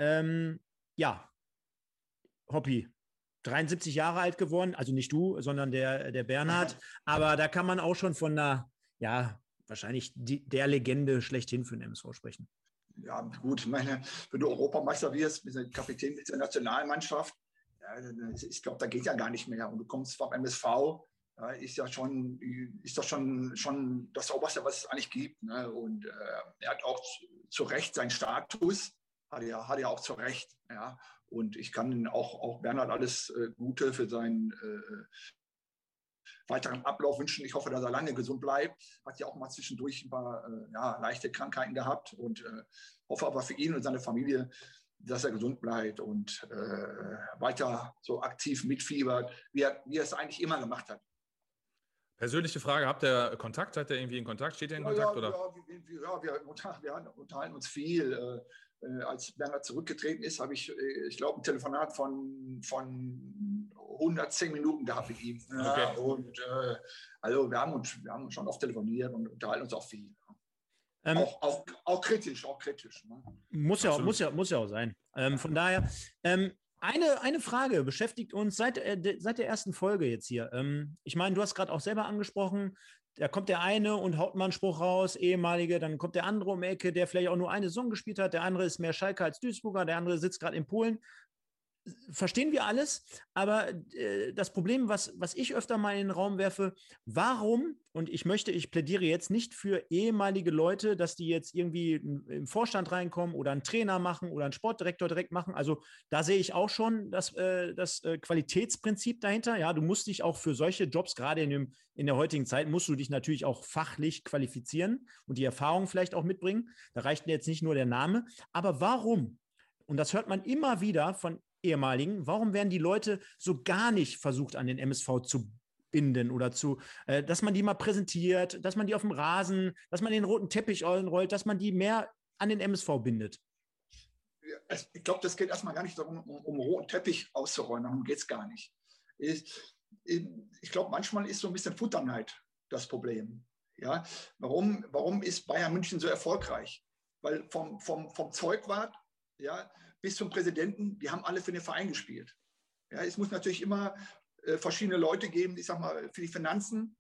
S2: Hoppi, 73 Jahre alt geworden, also nicht du, sondern der Bernhard. Aber da kann man auch schon von einer, wahrscheinlich der Legende schlechthin für den MSV sprechen.
S6: Ja, gut, ich meine, wenn du Europameister wirst, bist du Kapitän der Nationalmannschaft, ich glaube, da geht ja gar nicht mehr. Und du kommst vom MSV, ist doch schon das Oberste, was es eigentlich gibt. Ne? Und er hat auch zu Recht seinen Status, hat er auch zu Recht. Ja? Und ich kann auch Bernhard alles Gute für seinen weiteren Ablauf wünschen. Ich hoffe, dass er lange gesund bleibt. Hat ja auch mal zwischendurch ein paar leichte Krankheiten gehabt und hoffe aber für ihn und seine Familie, dass er gesund bleibt und weiter so aktiv mitfiebert, wie er es eigentlich immer gemacht hat.
S3: Persönliche Frage, habt ihr Kontakt? Seid ihr irgendwie in Kontakt? Steht ihr in Kontakt? Oder?
S6: Wir unterhalten uns viel. Als Bernhard zurückgetreten ist, habe ich glaube, ein Telefonat von 110 Minuten gehabt mit ihm.
S3: Okay.
S6: Und also wir haben schon oft telefoniert und unterhalten uns auch viel. Auch kritisch. Ne?
S2: Muss ja auch sein. Von daher, eine Frage beschäftigt uns seit der ersten Folge jetzt hier. Ich meine, du hast gerade auch selber angesprochen, da kommt der eine und haut mal einen Spruch raus, ehemalige, dann kommt der andere um die Ecke, der vielleicht auch nur eine Saison gespielt hat, der andere ist mehr Schalke als Duisburger, der andere sitzt gerade in Polen. Verstehen wir alles, aber das Problem, was ich öfter mal in den Raum werfe, warum, und ich plädiere jetzt nicht für ehemalige Leute, dass die jetzt irgendwie im Vorstand reinkommen oder einen Trainer machen oder einen Sportdirektor direkt machen, also da sehe ich auch schon das Qualitätsprinzip dahinter, ja, du musst dich auch für solche Jobs, gerade in der heutigen Zeit, musst du dich natürlich auch fachlich qualifizieren und die Erfahrung vielleicht auch mitbringen, da reicht jetzt nicht nur der Name, aber warum, und das hört man immer wieder von ehemaligen, warum werden die Leute so gar nicht versucht, an den MSV zu binden oder dass man die mal präsentiert, dass man die auf dem Rasen, dass man den roten Teppich rollt, dass man die mehr an den MSV bindet?
S6: Ich glaube, das geht erstmal gar nicht darum, um roten Teppich auszurollen, darum geht es gar nicht. Ich glaube, manchmal ist so ein bisschen Futterneid das Problem. Ja? Warum ist Bayern München so erfolgreich? Weil vom Zeugwart, ja, bis zum Präsidenten, die haben alle für den Verein gespielt. Ja, es muss natürlich immer verschiedene Leute geben, ich sag mal, für die Finanzen,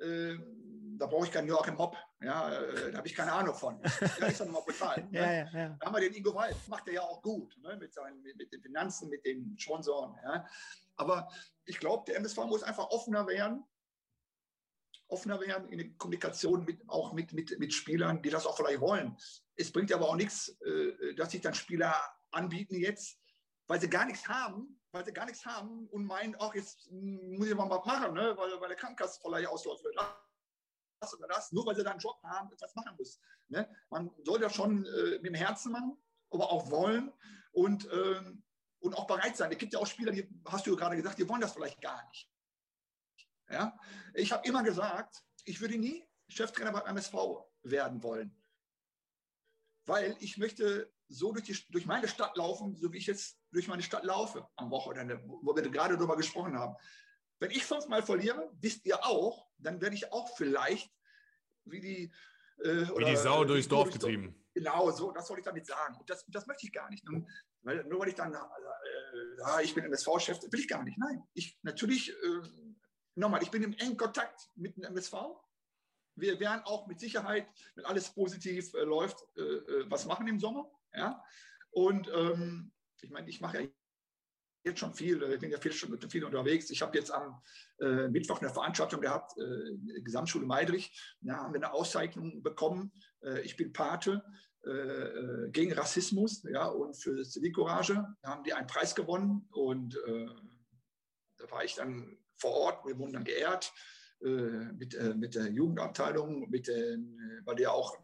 S6: da brauche ich keinen Joachim Hopp, ja, da habe ich keine Ahnung von. Da ist er nochmal bezahlt. Ne? Ja. Da haben wir den Ingo Wald, macht er ja auch gut, ne? mit den Finanzen, mit den Sponsoren. Ja? Aber ich glaube, der MSV muss einfach offener werden offener werden in der Kommunikation auch mit Spielern, die das auch vielleicht wollen. Es bringt aber auch nichts, dass sich dann Spieler anbieten jetzt, weil sie gar nichts haben und meinen, ach, jetzt muss ich mal was machen, ne? weil der Krankenkasse vielleicht ausläuft. Das oder das, nur weil sie da einen Job haben, etwas machen müssen. Ne? Man soll das schon mit dem Herzen machen, aber auch wollen und auch bereit sein. Es gibt ja auch Spieler, die, hast du gerade gesagt, die wollen das vielleicht gar nicht. Ja? Ich habe immer gesagt, ich würde nie Cheftrainer beim MSV werden wollen, weil ich möchte so durch meine Stadt laufen, so wie ich jetzt durch meine Stadt laufe am Wochenende, wo wir gerade darüber gesprochen haben. Wenn ich 5-mal verliere, wisst ihr auch, dann werde ich auch vielleicht wie die
S3: Sau durchs Dorf getrieben.
S6: Genau, so, das soll ich damit sagen. Und das möchte ich gar nicht. Nur weil ich dann, ich bin MSV-Chef, will ich gar nicht. Nein, nochmal, ich bin im engen Kontakt mit dem MSV. Wir werden auch mit Sicherheit, wenn alles positiv läuft, was machen im Sommer. Ja? Und ich meine, ich mache ja jetzt schon viel, ich bin ja viel unterwegs. Ich habe jetzt am Mittwoch eine Veranstaltung gehabt, Gesamtschule Meidrich. Da haben wir eine Auszeichnung bekommen. Ich bin Pate gegen Rassismus, ja, und für Zivilcourage. Da haben die einen Preis gewonnen und da war ich dann vor Ort. Wir wurden dann geehrt mit der Jugendabteilung, weil die ja auch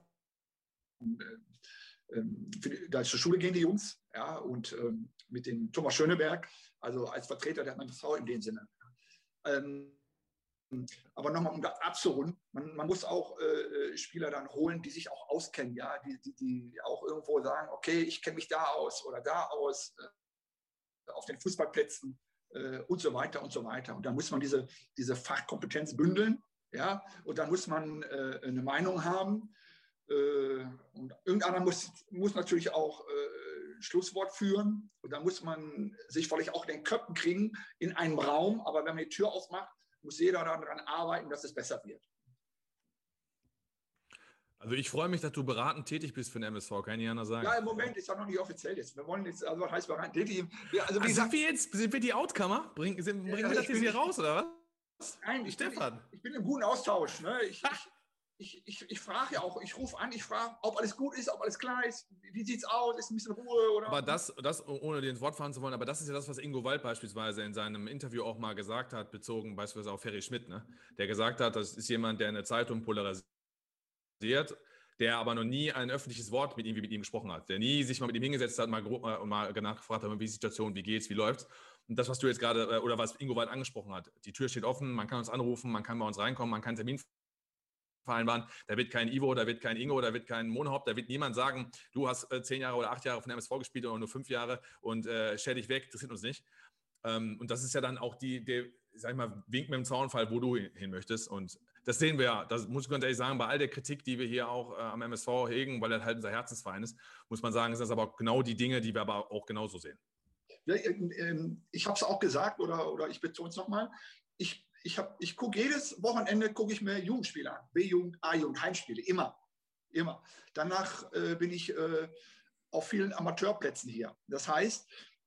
S6: da zur Schule gehen, die Jungs, ja, und mit dem Thomas Schöneberg, also als Vertreter der MSV in dem Sinne. Aber nochmal, um das abzurunden, man muss auch Spieler dann holen, die sich auch auskennen, ja, die auch irgendwo sagen, okay, ich kenne mich da aus oder da aus, auf den Fußballplätzen und so weiter und so weiter. Und dann muss man diese Fachkompetenz bündeln, ja, und dann muss man eine Meinung haben. Und irgendeiner muss natürlich auch Schlusswort führen. Und da muss man sich vielleicht auch in den Köpfen kriegen in einem Raum. Aber wenn man die Tür aufmacht, muss jeder daran arbeiten, dass es besser wird.
S3: Also ich freue mich, dass du beratend tätig bist für den MSV, kann ich ja sagen.
S6: Ja, im Moment ist ja noch nicht offiziell jetzt. Wir wollen jetzt, also was heißt beratend tätig? Also,
S3: sind wir die Outcomer? Bringen wir das jetzt hier raus, oder was?
S6: Nein,
S3: Stefan.
S6: Ich bin im guten Austausch. Ne? Ich frage ja auch, ich rufe an, ich frage, ob alles gut ist, ob alles klar ist, wie sieht es aus, ist ein bisschen Ruhe? Oder?
S3: Aber das, ohne den Wort fahren zu wollen, aber das ist ja das, was Ingo Wald beispielsweise in seinem Interview auch mal gesagt hat, bezogen beispielsweise auf Ferry Schmidt, ne? Der gesagt hat, das ist jemand, der eine Zeitung polarisiert, der aber noch nie ein öffentliches Wort mit ihm gesprochen hat, der nie sich mal mit ihm hingesetzt hat und mal nachgefragt hat, wie ist die Situation, wie geht's, wie läuft's. Und das, was du jetzt gerade, oder was Ingo Wald angesprochen hat, die Tür steht offen, man kann uns anrufen, man kann bei uns reinkommen, man kann einen Termin vereinbaren, da wird kein Ivo, da wird kein Ingo, da wird kein Monhaupt, da wird niemand sagen, du hast 10 Jahre oder 8 Jahre von der MSV gespielt oder nur 5 Jahre und stell dich weg, das interessiert uns nicht. Und das ist ja dann auch der, sag ich mal, Wink mit dem Zaunfall, wo du hin möchtest. Und das sehen wir ja, das muss ich ganz ehrlich sagen, bei all der Kritik, die wir hier auch am MSV hegen, weil er halt unser Herzensverein ist, muss man sagen, sind das aber genau die Dinge, die wir aber auch genauso sehen.
S6: Ja, ich habe es auch gesagt, oder ich betone es nochmal, ich gucke jedes Wochenende, gucke ich mir Jugendspiele an, B-Jugend, A-Jugend, Heimspiele, immer. Danach bin ich auf vielen Amateurplätzen hier. Das heißt,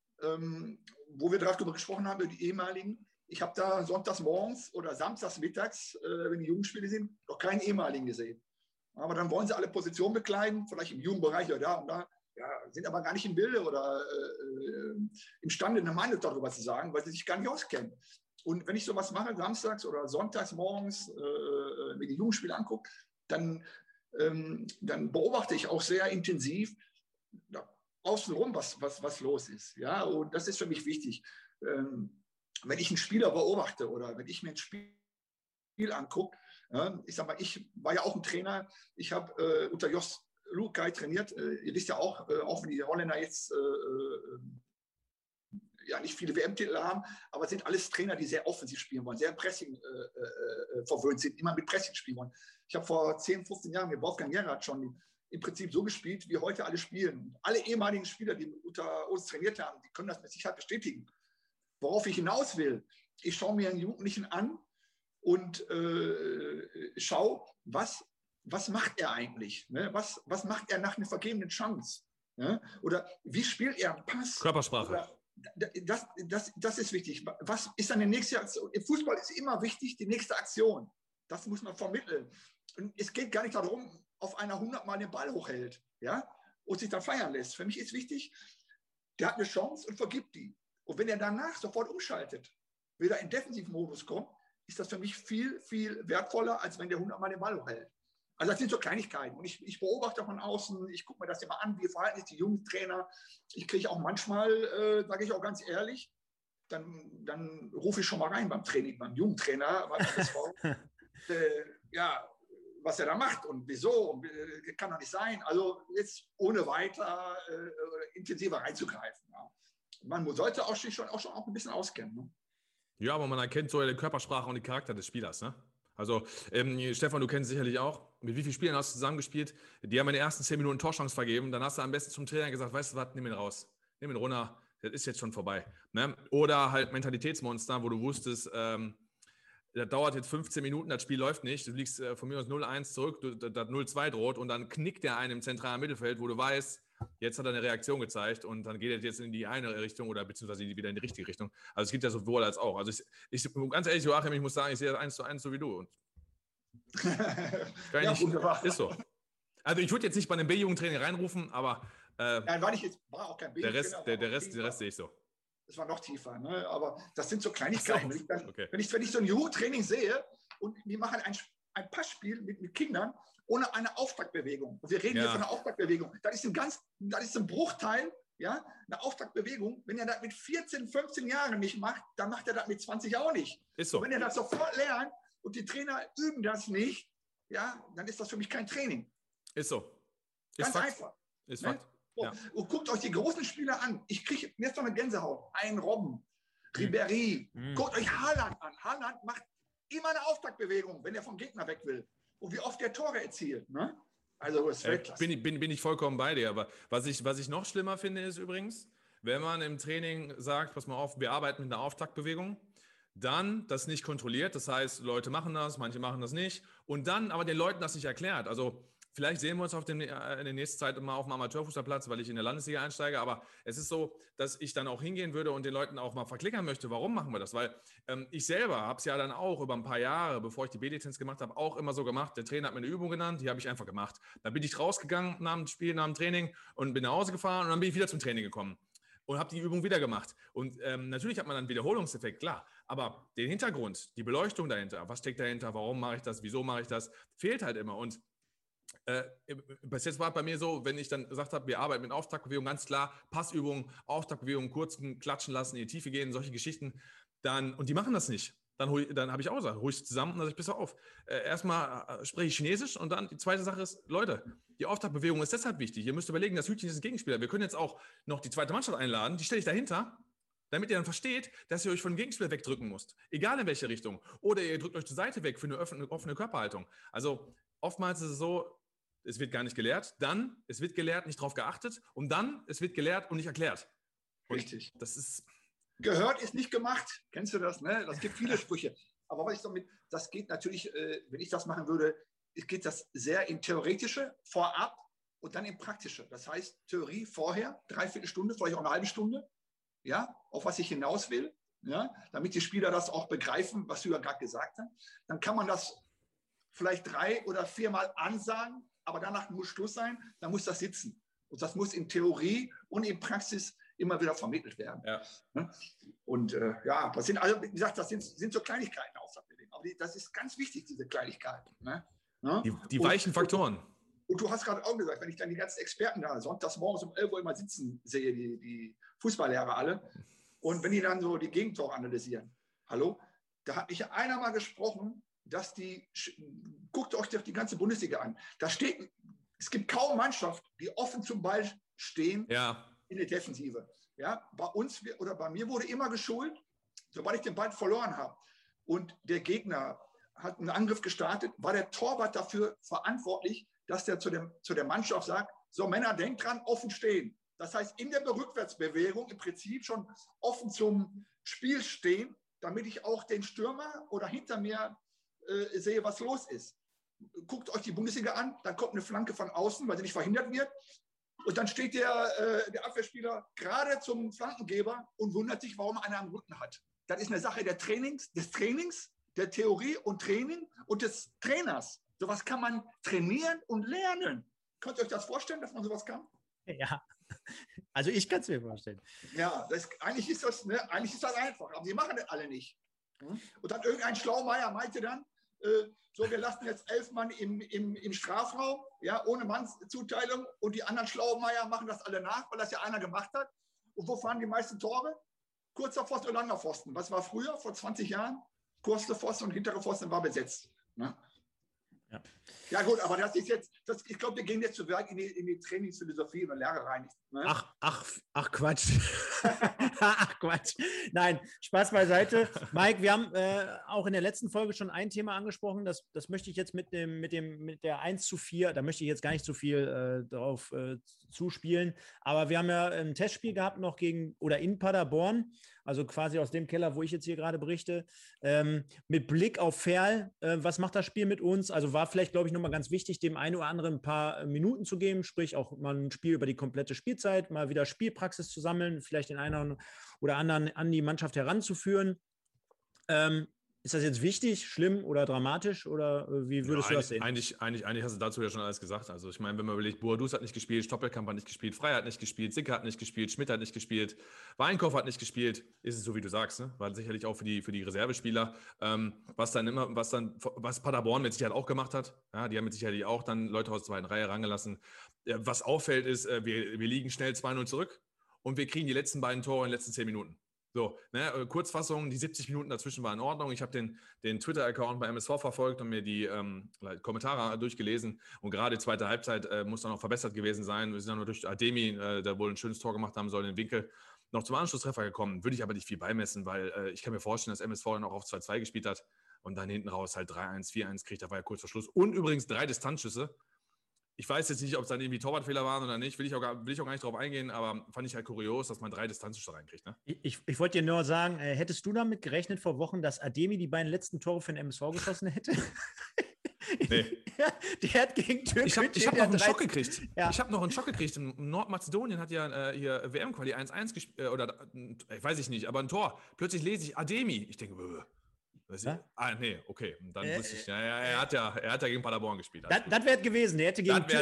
S6: wo wir darüber gesprochen haben, über die ehemaligen, ich habe da sonntags morgens oder samstags mittags, wenn die Jugendspiele sind, noch keinen ehemaligen gesehen. Aber dann wollen sie alle Positionen bekleiden, vielleicht im Jugendbereich oder da und da, ja, sind aber gar nicht im Bilde oder imstande, eine Meinung darüber zu sagen, weil sie sich gar nicht auskennen. Und wenn ich sowas mache, samstags oder sonntags morgens, mir die Jugendspiele angucke, dann beobachte ich auch sehr intensiv außenrum, was los ist. Ja? Und das ist für mich wichtig. Wenn ich einen Spieler beobachte oder wenn ich mir ein Spiel angucke, ich sag mal, ich war ja auch ein Trainer, ich habe unter Jos Lukai trainiert. Ihr wisst ja auch wenn die Holländer jetzt ja nicht viele WM-Titel haben, aber sind alles Trainer, die sehr offensiv spielen wollen, sehr Pressing verwöhnt sind, immer mit Pressing spielen wollen. Ich habe vor 10, 15 Jahren mit Wolfgang Gerhardt schon im Prinzip so gespielt, wie heute alle spielen. Alle ehemaligen Spieler, die unter uns trainiert haben, die können das mit Sicherheit bestätigen. Worauf ich hinaus will, ich schaue mir einen Jugendlichen an und schaue, was macht er eigentlich? Ne? Was macht er nach einer vergebenen Chance? Ne? Oder wie spielt er einen Pass?
S3: Körpersprache.
S6: Oder, das ist wichtig. Was ist dann die nächste Aktion? Im Fußball ist immer wichtig, die nächste Aktion. Das muss man vermitteln. Und es geht gar nicht darum, auf einer 100-mal den Ball hochhält, ja, und sich dann feiern lässt. Für mich ist wichtig, der hat eine Chance und vergibt die. Und wenn er danach sofort umschaltet, wieder in Defensivmodus kommt, ist das für mich viel, viel wertvoller, als wenn der 100-mal den Ball hochhält. Also das sind so Kleinigkeiten. Und ich beobachte von außen, ich gucke mir das immer an, wie verhalten sich die jungen Trainer. Ich kriege auch manchmal, sage ich auch ganz ehrlich, dann rufe ich schon mal rein beim Training, beim Jugendtrainer, beim FSV, ja, was er da macht und wieso, und, kann doch nicht sein. Also jetzt ohne weiter intensiver reinzugreifen. Ja. Man sollte sich schon auch ein bisschen auskennen. Ne?
S3: Ja, aber man erkennt so die Körpersprache und den Charakter des Spielers, ne? Also, Stefan, du kennst sicherlich auch, mit wie vielen Spielern hast du zusammengespielt? Die haben in den ersten 10 Minuten Torchance vergeben. Dann hast du am besten zum Trainer gesagt, weißt du was, nimm ihn raus, nimm ihn runter, das ist jetzt schon vorbei. Ne? Oder halt Mentalitätsmonster, wo du wusstest, das dauert jetzt 15 Minuten, das Spiel läuft nicht, du liegst von mir aus 0-1 zurück, das 0-2 droht und dann knickt der einen im zentralen Mittelfeld, wo du weißt, jetzt hat er eine Reaktion gezeigt und dann geht er jetzt in die eine Richtung oder beziehungsweise wieder in die richtige Richtung. Also es gibt ja sowohl als auch. Also ich ganz ehrlich, Joachim, ich muss sagen, ich sehe das 1:1 so wie du. Und ja, wunderbar. Ist so. Also ich würde jetzt nicht bei einem B-Jugendtraining reinrufen, aber
S6: nein, war auch kein
S3: B-Jugendtrainer. Der Rest sehe ich so.
S6: Das war noch tiefer, ne? Aber das sind so Kleinigkeiten. Wenn ich so ein Jugendtraining sehe und wir machen ein Passspiel mit Kindern ohne eine Auftaktbewegung. Und wir reden hier von einer Auftaktbewegung. Das ist ein Bruchteil, ja, eine Auftaktbewegung. Wenn er das mit 14, 15 Jahren nicht macht, dann macht er das mit 20 auch nicht.
S3: Ist so.
S6: Und wenn er das sofort lernt und die Trainer üben das nicht, ja, dann ist das für mich kein Training.
S3: Ist so.
S6: Ganz einfach.
S3: Ist Fakt.
S6: So. Ja. Und guckt euch die großen Spieler an. Ich kriege jetzt noch eine Gänsehaut. Ein Robben, Ribéry. Guckt euch Haaland an. Haaland macht immer eine Auftaktbewegung, wenn er vom Gegner weg will. Und wie oft der Tore erzielt. Ne? Also es
S3: bin ich vollkommen bei dir. Aber was ich noch schlimmer finde, ist übrigens, wenn man im Training sagt, pass mal auf, wir arbeiten mit einer Auftaktbewegung, dann das nicht kontrolliert. Das heißt, Leute machen das, manche machen das nicht. Und dann aber den Leuten das nicht erklärt. Also vielleicht sehen wir uns in der nächsten Zeit mal auf dem Amateurfußballplatz, weil ich in der Landesliga einsteige. Aber es ist so, dass ich dann auch hingehen würde und den Leuten auch mal verklickern möchte, warum machen wir das? Weil ich selber habe es ja dann auch über ein paar Jahre, bevor ich die B-Lizenz gemacht habe, auch immer so gemacht. Der Trainer hat mir eine Übung genannt, die habe ich einfach gemacht. Dann bin ich rausgegangen nach dem Spiel, nach dem Training und bin nach Hause gefahren und dann bin ich wieder zum Training gekommen. Und habe die Übung wieder gemacht. Und natürlich hat man dann Wiederholungseffekt, klar. Aber den Hintergrund, die Beleuchtung dahinter, was steckt dahinter, warum mache ich das, wieso mache ich das, fehlt halt immer. Und bis jetzt war es bei mir so, wenn ich dann gesagt habe, wir arbeiten mit Auftaktbewegung, ganz klar, Passübungen, Auftaktbewegungen, kurz klatschen lassen, in die Tiefe gehen, solche Geschichten, und die machen das nicht. Dann habe ich auch gesagt, ruhig zusammen und dann sage ich, pass auf. Erstmal spreche ich Chinesisch und dann die zweite Sache ist, Leute, die Auftaktbewegung ist deshalb wichtig. Ihr müsst überlegen, das Hütchen ist ein Gegenspieler. Wir können jetzt auch noch die zweite Mannschaft einladen, die stelle ich dahinter, damit ihr dann versteht, dass ihr euch von dem Gegenspieler wegdrücken müsst. Egal in welche Richtung. Oder ihr drückt euch zur Seite weg für eine offene Körperhaltung. Also oftmals ist es so, es wird gar nicht gelehrt, dann, es wird gelehrt, nicht drauf geachtet und dann, es wird gelehrt und nicht erklärt. Und
S6: richtig.
S3: Das ist...
S6: Gehört ist nicht gemacht. Kennst du das? Ne? Das gibt viele Sprüche. Aber was ich damit, das geht natürlich, wenn ich das machen würde, geht das sehr in Theoretische vorab und dann in Praktische. Das heißt, Theorie vorher, 3/4 Stunde, vielleicht auch eine halbe Stunde, ja, auf was ich hinaus will, ja, damit die Spieler das auch begreifen, was du ja gerade gesagt hast. Dann kann man das vielleicht 3 oder 4 Mal ansagen, aber danach muss Schluss sein, dann muss das sitzen. Und das muss in Theorie und in Praxis immer wieder vermittelt werden.
S3: Ja.
S6: Und ja, das sind, also wie gesagt, das sind so Kleinigkeiten auf der Bewegung. Aber das ist ganz wichtig, diese Kleinigkeiten. Ne?
S3: Die weichen Faktoren.
S6: Und du hast gerade auch gesagt, wenn ich dann die ganzen Experten da sonntags morgens um 11 Uhr immer sitzen sehe, die Fußballlehrer alle, und wenn die dann so die Gegentore analysieren, hallo, da hat nicht einer mal gesprochen, dass guckt euch doch die ganze Bundesliga an. Da steht, es gibt kaum Mannschaft, die offen zum Ball stehen in der Defensive. Ja, bei uns oder bei mir wurde immer geschult, sobald ich den Ball verloren habe und der Gegner hat einen Angriff gestartet, war der Torwart dafür verantwortlich, dass der zu der Mannschaft sagt, so Männer, denkt dran, offen stehen. Das heißt, in der Rückwärtsbewegung im Prinzip schon offen zum Spiel stehen, damit ich auch den Stürmer oder hinter mir sehe, was los ist. Guckt euch die Bundesliga an, dann kommt eine Flanke von außen, weil sie nicht verhindert wird. Und dann steht der Abwehrspieler gerade zum Flankengeber und wundert sich, warum einer am Rücken hat. Das ist eine Sache des Trainings der Theorie und Training und des Trainers. Sowas kann man trainieren und lernen. Könnt ihr euch das vorstellen, dass man sowas kann?
S2: Ja, also ich kann es mir vorstellen.
S6: Ja, eigentlich ist das einfach, aber die machen das alle nicht. Und dann irgendein Schlaumeier meinte dann, so, wir lassen jetzt 11 Mann im Strafraum, ja, ohne Mannszuteilung, und die anderen Schlaumeier machen das alle nach, weil das ja einer gemacht hat. Und wo fahren die meisten Tore? Kurzer Pfosten und langer Pfosten. Was war früher, vor 20 Jahren? Kurze Pfosten und hintere Pfosten war besetzt. Ne?
S2: Ja.
S6: Ja gut, aber das ist jetzt, ich glaube, wir gehen jetzt zu weit in die Trainingsphilosophie und Lehre rein. Ne?
S2: Ach Quatsch. Ach Quatsch. Nein, Spaß beiseite. Mike, wir haben auch in der letzten Folge schon ein Thema angesprochen, das möchte ich jetzt mit der 1:4, da möchte ich jetzt gar nicht so viel drauf zuspielen, aber wir haben ja ein Testspiel gehabt noch in Paderborn, also quasi aus dem Keller, wo ich jetzt hier gerade berichte, mit Blick auf Ferl, was macht das Spiel mit uns? Also war vielleicht, glaube ich, nochmal ganz wichtig, dem einen oder anderen ein paar Minuten zu geben, sprich auch mal ein Spiel über die komplette Spielzeit, mal wieder Spielpraxis zu sammeln, vielleicht den einen oder anderen an die Mannschaft heranzuführen. Ist das jetzt wichtig, schlimm oder dramatisch oder wie würdest du das sehen?
S3: Eigentlich hast du dazu ja schon alles gesagt. Also ich meine, wenn man überlegt, Boadus hat nicht gespielt, Stoppelkamp hat nicht gespielt, Frey hat nicht gespielt, Sicke hat nicht gespielt, Schmidt hat nicht gespielt, Weinkauf hat nicht gespielt, ist es so, wie du sagst, ne? War sicherlich auch für die Reservespieler, was Paderborn mit Sicherheit auch gemacht hat. Ja, die haben mit Sicherheit auch dann Leute aus der zweiten Reihe rangelassen. Was auffällt ist, wir liegen schnell 2-0 zurück und wir kriegen die letzten beiden Tore in den letzten 10 Minuten. So, ne, Kurzfassung, die 70 Minuten dazwischen waren in Ordnung. Ich habe den Twitter-Account bei MSV verfolgt und mir die Kommentare durchgelesen. Und gerade die zweite Halbzeit muss dann noch verbessert gewesen sein. Wir sind dann nur durch Ademi, der wohl ein schönes Tor gemacht haben soll, in den Winkel, noch zum Anschlusstreffer gekommen. Würde ich aber nicht viel beimessen, weil ich kann mir vorstellen, dass MSV dann auch auf 2-2 gespielt hat und dann hinten raus halt 3-1, 4-1 kriegt. Da war ja kurz vor Schluss. Und übrigens 3 Distanzschüsse. Ich weiß jetzt nicht, ob es dann irgendwie Torwartfehler waren oder nicht, will ich auch gar nicht drauf eingehen, aber fand ich halt kurios, dass man 3 Distanzschüsse reinkriegt. Ne?
S2: Ich wollte dir nur sagen, hättest du damit gerechnet vor Wochen, dass Ademi die beiden letzten Tore für den MSV geschossen hätte?
S3: Nee.
S2: Der hat gegen Türkei.
S3: Ich habe noch einen Schock gekriegt.
S2: Ja.
S3: Ich habe noch einen Schock gekriegt. Nordmazedonien hat ja hier WM-Quali 1-1 gespielt, oder weiß ich nicht, aber ein Tor. Plötzlich lese ich Ademi. Ich denke,
S2: ja?
S3: Nee, okay. Dann wusste ich, er hat ja gegen Paderborn gespielt.
S2: Das wäre gewesen. Der hätte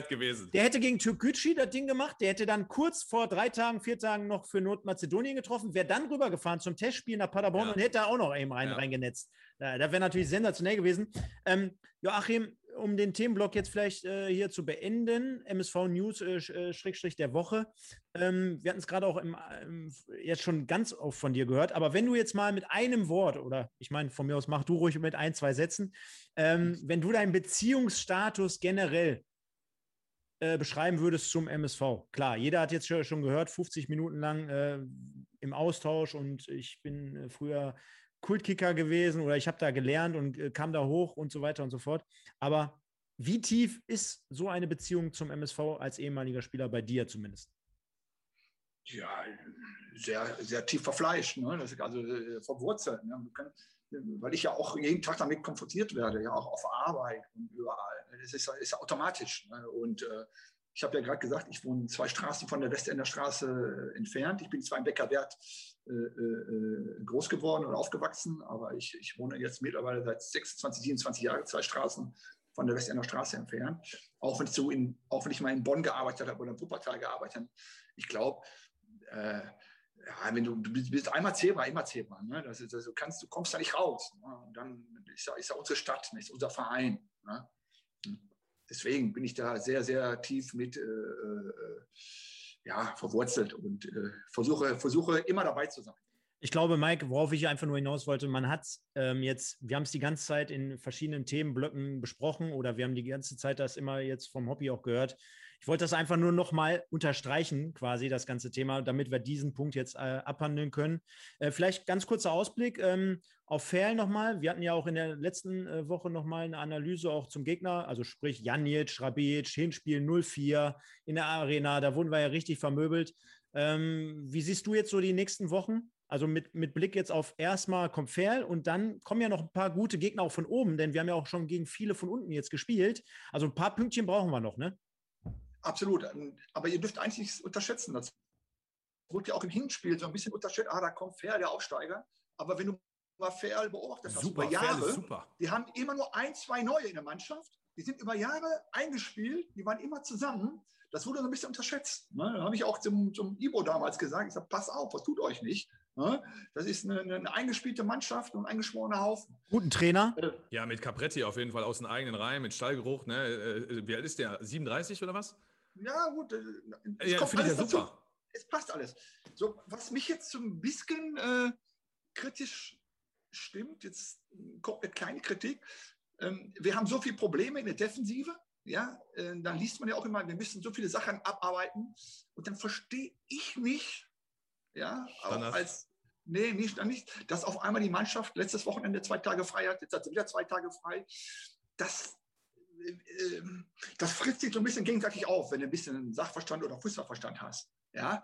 S2: gegen Türkgücü das Ding gemacht. Der hätte dann kurz vor 4 Tagen noch für Nordmazedonien getroffen, wäre dann rübergefahren zum Testspiel nach Paderborn und hätte da auch noch eben reingenetzt. Das wäre natürlich sensationell gewesen. Joachim, um den Themenblock jetzt vielleicht hier zu beenden, MSV News Schrägstrich der Woche. Wir hatten es gerade auch jetzt schon ganz oft von dir gehört, aber wenn du jetzt mal mit einem Wort, oder ich meine, von mir aus mach du ruhig mit 1, 2 Sätzen, wenn du deinen Beziehungsstatus generell beschreiben würdest zum MSV. Klar, jeder hat jetzt schon gehört, 50 Minuten lang im Austausch und ich bin früher Kultkicker gewesen oder ich habe da gelernt und kam da hoch und so weiter und so fort. Aber wie tief ist so eine Beziehung zum MSV als ehemaliger Spieler bei dir zumindest?
S6: Ja, sehr, sehr tief verfleischt, ne? Das ist also verwurzelt. Ne? Weil ich ja auch jeden Tag damit konfrontiert werde, ja auch auf Arbeit und überall. Das ist ja automatisch. Ne? Und ich habe ja gerade gesagt, ich wohne 2 Straßen von der Westender Straße entfernt. Ich bin zwar in Beckerwerth groß geworden und aufgewachsen, aber ich wohne jetzt mittlerweile seit 26, 27 Jahren 2 Straßen von der Westender Straße entfernt. Auch wenn ich mal in Bonn gearbeitet habe oder in Wuppertal gearbeitet habe. Ich glaube, wenn du bist einmal Zebra, immer Zebra. Ne? Du kommst da nicht raus. Ne? Und dann ist ja unsere Stadt, ist unser Verein. Ne? Deswegen bin ich da sehr, sehr tief mit verwurzelt und versuche immer dabei zu sein.
S2: Ich glaube, Mike, worauf ich einfach nur hinaus wollte, man hat wir haben es die ganze Zeit in verschiedenen Themenblöcken besprochen oder wir haben die ganze Zeit das immer jetzt vom Hobby auch gehört. Ich wollte das einfach nur noch mal unterstreichen, quasi das ganze Thema, damit wir diesen Punkt jetzt abhandeln können. Vielleicht ganz kurzer Ausblick auf Ferl nochmal. Wir hatten ja auch in der letzten Woche nochmal eine Analyse auch zum Gegner, also sprich Janic, Rabic, Hinspiel 0-4 in der Arena, da wurden wir ja richtig vermöbelt. Wie siehst du jetzt so die nächsten Wochen? Also mit Blick jetzt auf erstmal kommt Ferl und dann kommen ja noch ein paar gute Gegner auch von oben, denn wir haben ja auch schon gegen viele von unten jetzt gespielt. Also ein paar Pünktchen brauchen wir noch, ne?
S6: Absolut. Aber ihr dürft eigentlich nichts unterschätzen. Das wurde ja auch im Hinspiel so ein bisschen unterschätzt. Da kommt Ferl, der Aufsteiger. Aber wenn du über Ferl beobachtet hast,
S3: Super,
S6: über Jahre,
S3: Ferl ist super.
S6: die haben immer nur 1, 2 neue in der Mannschaft. Die sind über Jahre eingespielt, die waren immer zusammen. Das wurde so ein bisschen unterschätzt. Ne? Da habe ich auch zum Ibo damals gesagt, ich sage, pass auf, was tut euch nicht. Ne? Das ist eine eingespielte Mannschaft und ein eingeschworener Haufen.
S2: Guten Trainer.
S3: Ja, mit Capretti auf jeden Fall aus den eigenen Reihen, mit Stallgeruch. Ne? Wie alt ist der? 37 oder was?
S6: Ja, gut.
S3: Ja, finde ich ja super.
S6: Dazu. Es passt alles. So, was mich jetzt so ein bisschen kritisch stimmt, jetzt kommt eine kleine Kritik. Wir haben so viele Probleme in der Defensive. Ja, dann liest man ja auch immer, wir müssen so viele Sachen abarbeiten. Und dann verstehe ich nicht, ja, nicht, dass auf einmal die Mannschaft letztes Wochenende 2 Tage frei hat, jetzt hat sie wieder 2 Tage frei. Das frisst sich so ein bisschen gegenseitig auf, wenn du ein bisschen Sachverstand oder Fußballverstand hast. Ja?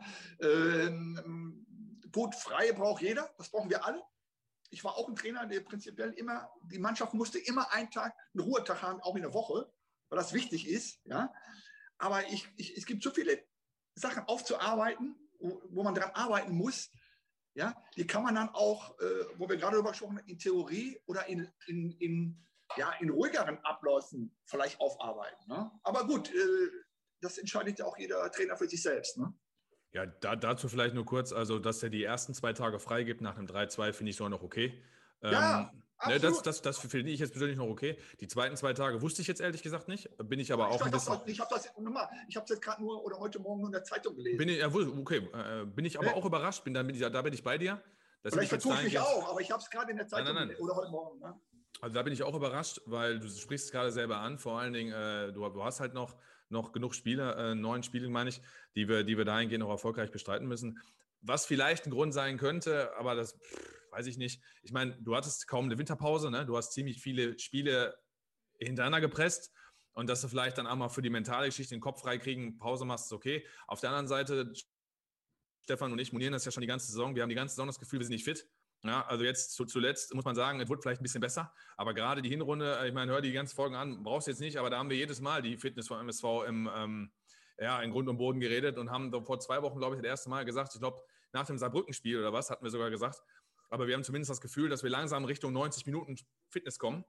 S6: Gut, frei braucht jeder, das brauchen wir alle. Ich war auch ein Trainer, der prinzipiell immer, die Mannschaft musste immer einen Tag, einen Ruhetag haben, auch in der Woche, weil das wichtig ist. Ja? Aber es gibt so viele Sachen aufzuarbeiten, wo man daran arbeiten muss. Ja? Die kann man dann auch, wo wir gerade darüber gesprochen haben, in Theorie oder in ruhigeren Abläufen vielleicht aufarbeiten. Ne? Aber gut, das entscheidet ja auch jeder Trainer für sich selbst. Ne?
S3: Ja, dazu vielleicht nur kurz, also dass er die ersten 2 Tage freigibt nach einem 3-2, finde ich so noch okay.
S6: Ja, absolut.
S3: Das finde ich jetzt persönlich noch okay. Die zweiten 2 Tage wusste ich jetzt ehrlich gesagt nicht. Bin ich aber auch ein bisschen...
S6: Ich habe das jetzt gerade nur oder heute Morgen nur in der Zeitung gelesen.
S3: Bin ich aber auch überrascht. Da bin ich bei dir.
S6: Vielleicht vertue ich mich auch, aber ich habe es gerade in der Zeitung gelesen oder heute Morgen. Ne?
S3: Also da bin ich auch überrascht, weil du sprichst es gerade selber an. Vor allen Dingen, du hast halt noch genug Spiele, 9 Spiele, meine ich, die wir dahingehend noch erfolgreich bestreiten müssen. Was vielleicht ein Grund sein könnte, aber das weiß ich nicht. Ich meine, du hattest kaum eine Winterpause, ne? Du hast ziemlich viele Spiele hintereinander gepresst und dass du vielleicht dann auch mal für die mentale Geschichte den Kopf freikriegen, Pause machst, ist okay. Auf der anderen Seite, Stefan und ich monieren das ja schon die ganze Saison. Wir haben die ganze Saison das Gefühl, wir sind nicht fit. Ja, also jetzt zuletzt muss man sagen, es wurde vielleicht ein bisschen besser, aber gerade die Hinrunde, ich meine, hör die ganzen Folgen an, brauchst du jetzt nicht, aber da haben wir jedes Mal die Fitness von MSV in Grund und Boden geredet und haben vor 2 Wochen, glaube ich, das erste Mal gesagt, ich glaube, nach dem Saarbrücken-Spiel oder was, hatten wir sogar gesagt, aber wir haben zumindest das Gefühl, dass wir langsam Richtung 90 Minuten Fitness kommen.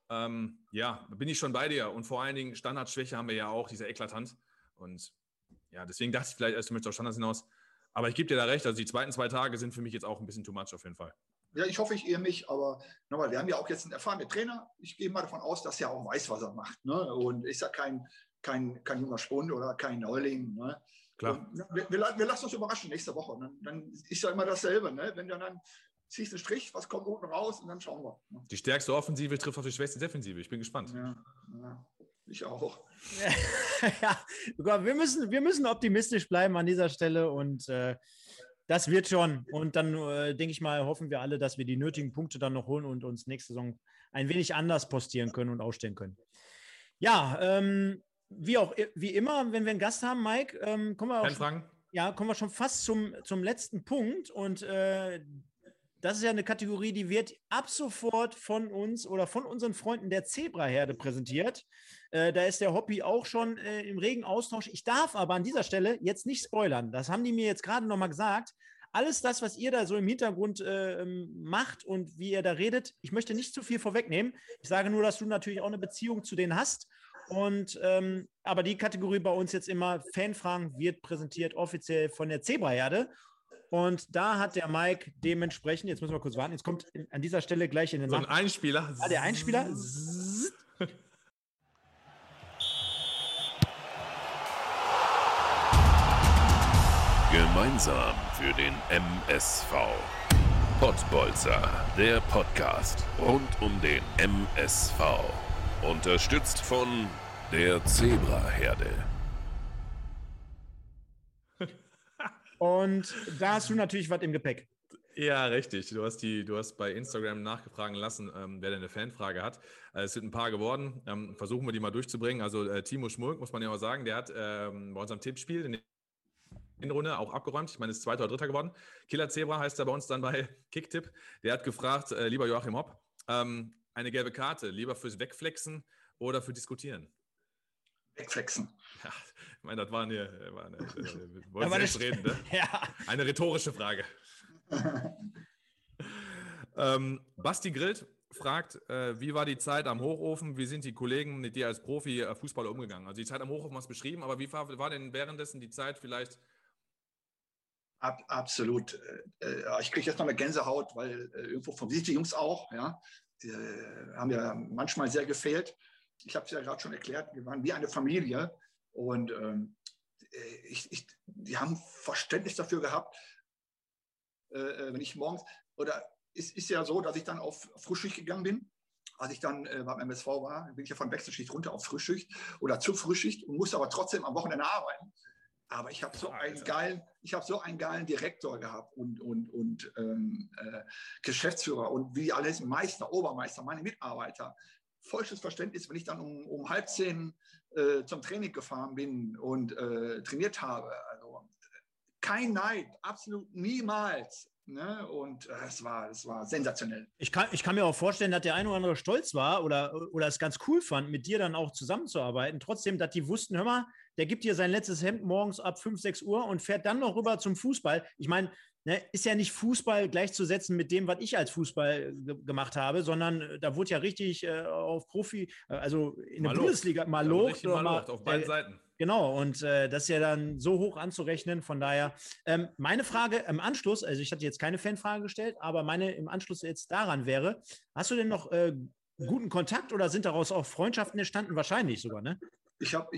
S3: Bin ich schon bei dir und vor allen Dingen Standardschwäche haben wir ja auch, diese eklatant und ja, deswegen dachte ich vielleicht erst, du möchtest auf Standards hinaus. Aber ich gebe dir da recht, also die zweiten 2 Tage sind für mich jetzt auch ein bisschen too much auf jeden Fall.
S6: Ja, ich hoffe, ich irre mich, aber nochmal, wir haben ja auch jetzt einen erfahrenen Trainer. Ich gehe mal davon aus, dass er auch weiß, was er macht. Ne? Und ist ja kein junger Spund oder kein Neuling. Ne?
S3: Klar.
S6: Wir lassen uns überraschen nächste Woche. Ne? Dann ist ja immer dasselbe. Ne? Wenn du dann ziehst einen Strich, was kommt unten raus und dann schauen wir. Ne?
S3: Die stärkste Offensive trifft auf die schwächste Defensive. Ich bin gespannt.
S6: Ja. Ich auch.
S2: Ja, wir müssen optimistisch bleiben an dieser Stelle und das wird schon. Und dann denke ich mal, hoffen wir alle, dass wir die nötigen Punkte dann noch holen und uns nächste Saison ein wenig anders postieren können und ausstellen können. Ja, wie immer, wenn wir einen Gast haben, Mike, kommen wir schon fast zum letzten Punkt und das ist ja eine Kategorie, die wird ab sofort von uns oder von unseren Freunden der Zebraherde präsentiert. Da ist der Hoppi auch schon im regen Austausch. Ich darf aber an dieser Stelle jetzt nicht spoilern. Das haben die mir jetzt gerade nochmal gesagt. Alles das, was ihr da so im Hintergrund macht und wie ihr da redet, ich möchte nicht zu viel vorwegnehmen. Ich sage nur, dass du natürlich auch eine Beziehung zu denen hast. Und aber die Kategorie bei uns jetzt immer, Fanfragen, wird präsentiert offiziell von der Zebraherde. Und da hat der Mike dementsprechend, jetzt müssen wir kurz warten, jetzt kommt an dieser Stelle gleich in den
S3: So ein Einspieler.
S2: Ja, der Einspieler.
S7: Gemeinsam für den MSV. Pottbolzer, der Podcast rund um den MSV. Unterstützt von der Zebraherde.
S2: Und da hast du natürlich was im Gepäck.
S3: Ja, richtig. Du hast bei Instagram nachgefragen lassen, wer denn eine Fanfrage hat. Es sind ein paar geworden. Versuchen wir die mal durchzubringen. Also Timo Schmulk, muss man ja auch sagen, der hat bei unserem Tippspiel in der Hinrunde auch abgeräumt. Ich meine, ist 2. oder 3. geworden. Killer Zebra heißt er bei uns dann bei Kicktipp. Der hat gefragt, lieber Joachim Hopp, eine gelbe Karte, lieber fürs Wegflexen oder für Diskutieren?
S6: Wegflexen.
S3: Ja, ich meine, das war eine wollen Sie jetzt reden, ne?
S2: Ja.
S3: Eine rhetorische Frage. Basti Grillt fragt, wie war die Zeit am Hochofen? Wie sind die Kollegen mit dir als Profi-Fußballer umgegangen? Also die Zeit am Hochofen hast du beschrieben, aber wie war denn währenddessen die Zeit vielleicht?
S6: Absolut. Ich kriege jetzt noch eine Gänsehaut, weil irgendwo vom die Jungs auch, ja, die haben ja manchmal sehr gefehlt. Ich habe es ja gerade schon erklärt, wir waren wie eine Familie und die haben Verständnis dafür gehabt, wenn ich morgens, oder es ist ja so, dass ich dann auf Frühschicht gegangen bin. Als ich dann beim MSV war, bin ich ja von Wechselschicht runter auf Frühschicht oder zur Frühschicht und musste aber trotzdem am Wochenende arbeiten. Aber ich habe so einen geilen Direktor gehabt und Geschäftsführer und wie alles, Meister, Obermeister, meine Mitarbeiter. Vollstes Verständnis, wenn ich dann um 9:30 zum Training gefahren bin und trainiert habe. Also kein Neid, absolut niemals. Ne? Und es war sensationell.
S2: Ich kann mir auch vorstellen, dass der eine oder andere stolz war oder es ganz cool fand, mit dir dann auch zusammenzuarbeiten. Trotzdem, dass die wussten, hör mal, der gibt dir sein letztes Hemd morgens ab 5, 6 Uhr und fährt dann noch rüber zum Fußball. Ich meine, ne, ist ja nicht Fußball gleichzusetzen mit dem, was ich als Fußball gemacht habe, sondern da wurde ja richtig auf Profi, also in der Bundesliga mal lobt.
S3: Auf beiden Seiten.
S2: Genau, und das ist ja dann so hoch anzurechnen. Von daher, meine Frage im Anschluss, also ich hatte jetzt keine Fanfrage gestellt, aber meine im Anschluss jetzt daran wäre, hast du denn noch guten Kontakt oder sind daraus auch Freundschaften entstanden? Wahrscheinlich sogar, ne?
S6: Ich habe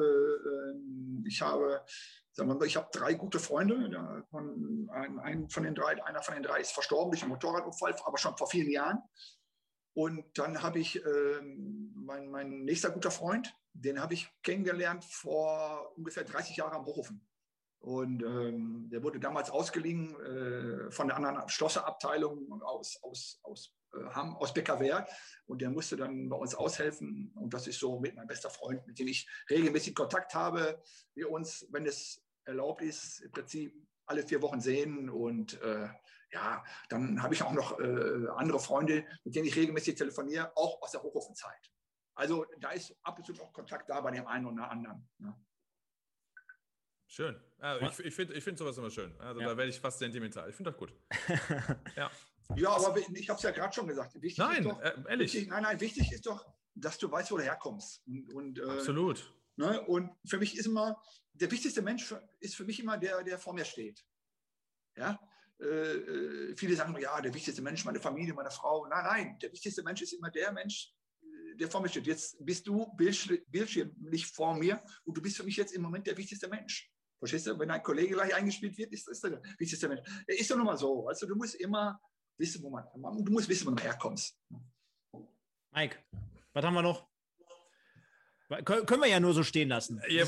S6: 3 gute Freunde. Einer von den drei ist verstorben durch einen Motorradunfall, aber schon vor vielen Jahren. Und dann habe ich mein nächster guter Freund, den habe ich kennengelernt vor ungefähr 30 Jahren am Hochofen. Und der wurde damals ausgeliehen von der anderen Schlosserabteilung aus Beckerwerk. Und der musste dann bei uns aushelfen. Und das ist so mit mein bester Freund, mit dem ich regelmäßig Kontakt habe. Wir uns, wenn es erlaubt ist, im Prinzip alle 4 Wochen sehen. Und dann habe ich auch noch andere Freunde, mit denen ich regelmäßig telefoniere, auch aus der Hochofenzeit. Also da ist ab und zu noch Kontakt da bei dem einen oder anderen. Ja.
S3: Schön. Also ich find sowas immer schön. Also da werde ich fast sentimental. Ich finde das gut. Ja.
S6: Ja, aber ich habe es ja gerade schon gesagt. Wichtig ist doch, dass du weißt, wo du herkommst.
S3: Absolut.
S6: Ne? Und für mich ist immer, der wichtigste Mensch ist für mich immer der vor mir steht. Ja? Viele sagen, ja, der wichtigste Mensch, meine Familie, meine Frau. Nein, der wichtigste Mensch ist immer der Mensch, der vor mir steht. Jetzt bist du bildschirmlich vor mir und du bist für mich jetzt im Moment der wichtigste Mensch. Verstehst du? Wenn ein Kollege gleich eingespielt wird, ist der wichtigste Mensch. Ist doch nun mal so. Also du musst immer wissen, wo du herkommst.
S2: Mike, was haben wir noch? Können wir ja nur so stehen lassen.
S3: Ich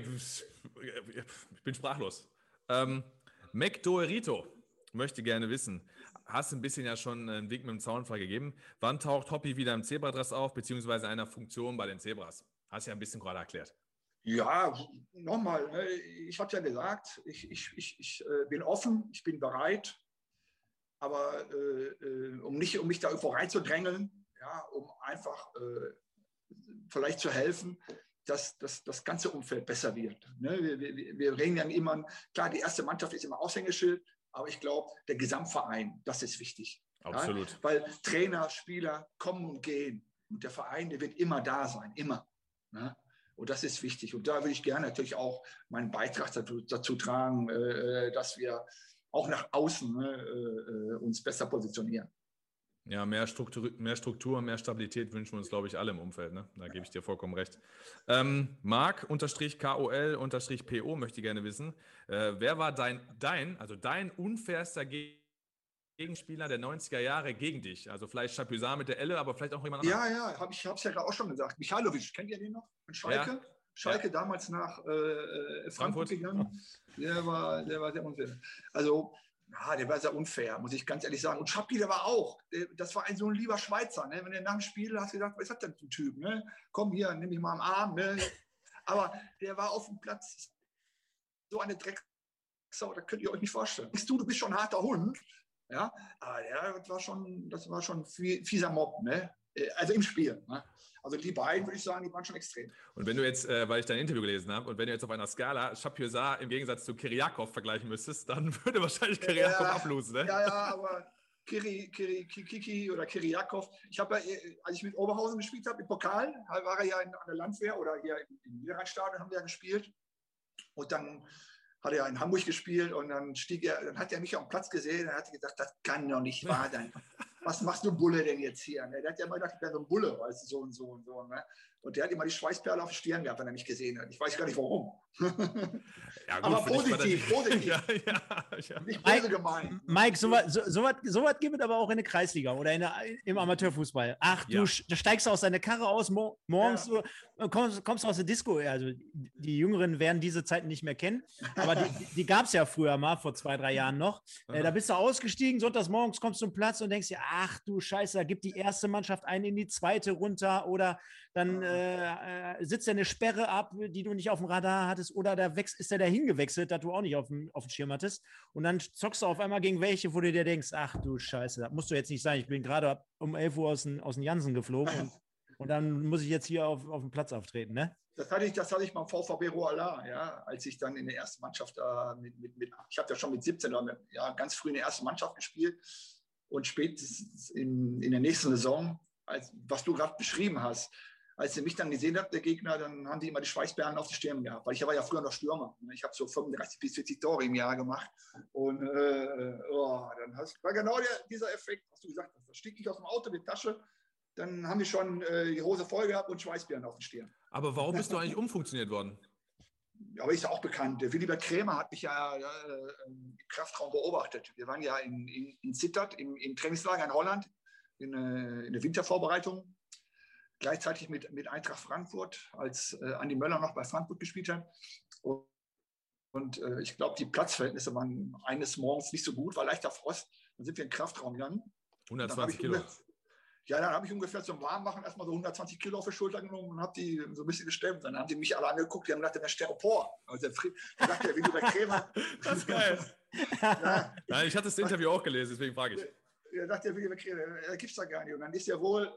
S3: bin sprachlos. Mac Doerito möchte gerne wissen, hast ein bisschen ja schon einen Weg mit dem Zaunfall gegeben. Wann taucht Hoppy wieder im Zebradress auf, beziehungsweise einer Funktion bei den Zebras? Hast ja ein bisschen gerade erklärt.
S6: Ja, nochmal, ich habe ja gesagt, ich bin offen, ich bin bereit, aber um mich da irgendwo reinzudrängeln, ja, um einfach vielleicht zu helfen, dass das ganze Umfeld besser wird. Ne? Wir reden ja immer, klar, die erste Mannschaft ist immer Aushängeschild, aber ich glaube, der Gesamtverein, das ist wichtig.
S3: Absolut.
S6: Ja? Weil Trainer, Spieler kommen und gehen und der Verein, der wird immer da sein, immer. Ne? Und das ist wichtig. Und da würde ich gerne natürlich auch meinen Beitrag dazu tragen, dass wir auch nach außen uns besser positionieren.
S3: Ja, mehr Struktur, mehr Stabilität wünschen wir uns, glaube ich, alle im Umfeld. Ne? Da gebe ich dir vollkommen recht. Marc-KOL-PO möchte gerne wissen, wer war dein unfairster Gegenspieler der 90er Jahre gegen dich? Also vielleicht Chapuisat mit der Elle, aber vielleicht auch jemand anderes.
S6: Ja, habe ich es ja gerade auch schon gesagt. Michailovic, kennt ihr den noch? Von Schalke? Ja. Schalke damals nach Frankfurt gegangen. Der war sehr unfair. Also, der war sehr unfair, muss ich ganz ehrlich sagen. Und Schappi, der war auch. Das war so ein lieber Schweizer. Ne? Wenn er nach dem Spiel hast du gedacht, was hat denn für ein Typ? Ne? Komm hier, nimm mich mal am Arm. Ne? Aber der war auf dem Platz so eine Drecksau, da könnt ihr euch nicht vorstellen. Du bist schon ein harter Hund. Ja, aber das war schon fieser Mob, ne? Also im Spiel. Ne? Also die beiden, würde ich sagen, die waren schon extrem.
S3: Und wenn du jetzt, weil ich dein Interview gelesen habe, und wenn du jetzt auf einer Skala Chapuisat im Gegensatz zu Kiriakov vergleichen müsstest, dann würde wahrscheinlich Kiriakov ablosen, ne?
S6: Ja, aber Kiki oder Kiriakov. Ich habe ja, als ich mit Oberhausen gespielt habe, im Pokal, war er ja an der Landwehr oder hier im Niederrheinstadion haben wir ja gespielt. Und dann hat er in Hamburg gespielt und dann dann hat er mich auf dem Platz gesehen und hat gesagt, das kann doch nicht wahr sein. Was machst du Bulle denn jetzt hier? Der hat ja immer gedacht, ich wäre so ein Bulle, weißt du, so und so und so. Ne? Und der hat immer die Schweißperle auf die Stirn gehabt, wenn er mich gesehen hat. Ich weiß gar nicht, warum.
S3: Ja, gut,
S6: aber positiv.
S3: Ja.
S6: Nicht böse gemeint.
S2: Mike, so was gibt es aber auch in der Kreisliga oder im Amateurfußball. Ach, du steigst aus deiner Karre aus, morgens kommst aus der Disco. Also die Jüngeren werden diese Zeiten nicht mehr kennen, aber die gab es ja früher mal, vor 2-3 Jahren noch. Da bist du ausgestiegen, sonntags morgens kommst du zum Platz und denkst dir, ach du Scheiße, da gibt die erste Mannschaft einen in die zweite runter oder dann sitzt er eine Sperre ab, die du nicht auf dem Radar hattest oder ist der dahin gewechselt, dass du auch nicht auf dem Schirm hattest und dann zockst du auf einmal gegen welche, wo du dir denkst, ach du Scheiße, das musst du jetzt nicht sein, ich bin gerade um 11 Uhr aus dem Jansen geflogen und dann muss ich jetzt hier auf dem Platz auftreten, ne? Das hatte
S6: ich beim VfB Roala, ja, als ich dann in der ersten Mannschaft ich habe ja schon mit 17 ganz früh in der ersten Mannschaft gespielt und spätestens in der nächsten Saison, was du gerade beschrieben hast, als sie mich dann gesehen hat, der Gegner, dann haben die immer die Schweißperlen auf die Stirn gehabt, weil ich war ja früher noch Stürmer. Ich habe so 35 bis 40 Tore im Jahr gemacht und dann war genau dieser Effekt, was du gesagt hast. Da stieg ich aus dem Auto mit Tasche, dann haben die schon die Hose voll gehabt und Schweißperlen auf die Stirn.
S3: Aber warum bist du eigentlich umfunktioniert worden?
S6: Ja, aber ist ja auch bekannt. Der Willibert Krämer hat mich ja im Kraftraum beobachtet. Wir waren ja in Sittard, im Trainingslager in Holland, in der Wintervorbereitung. Gleichzeitig mit Eintracht Frankfurt, als Andi Möller noch bei Frankfurt gespielt hat. Und ich glaube, die Platzverhältnisse waren eines Morgens nicht so gut, war leichter Frost. Dann sind wir in den Kraftraum gegangen.
S3: 120 Kilo.
S6: Dann habe ich ungefähr zum Warmmachen erstmal so 120 Kilo auf die Schulter genommen und habe die so ein bisschen gestemmt. Dann haben die mich alle angeguckt, die haben gedacht, der wäre Styropor. Also der dachte, der Willibert Krämer.
S3: Das ist geil. Ja. Nein, ich hatte das Interview auch gelesen, deswegen frage ich.
S6: Der dachte, der Willibert Krämer, der gibt es da gar nicht. Und dann ist ja wohl,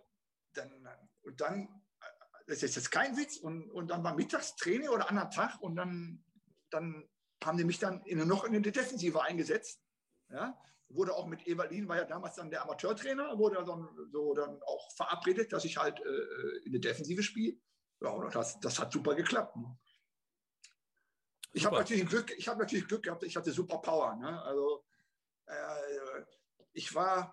S6: das ist jetzt kein Witz, und dann war Mittagstraining oder anderen Tag und dann haben die mich dann noch in die Defensive eingesetzt. Ja? Wurde auch mit Evalin, war ja damals dann der Amateurtrainer, wurde dann auch verabredet, dass ich halt in der Defensive spiele. Ja, und das hat super geklappt. Ne? Ich habe natürlich Glück gehabt, ich hatte super Power. Ne? Also ich war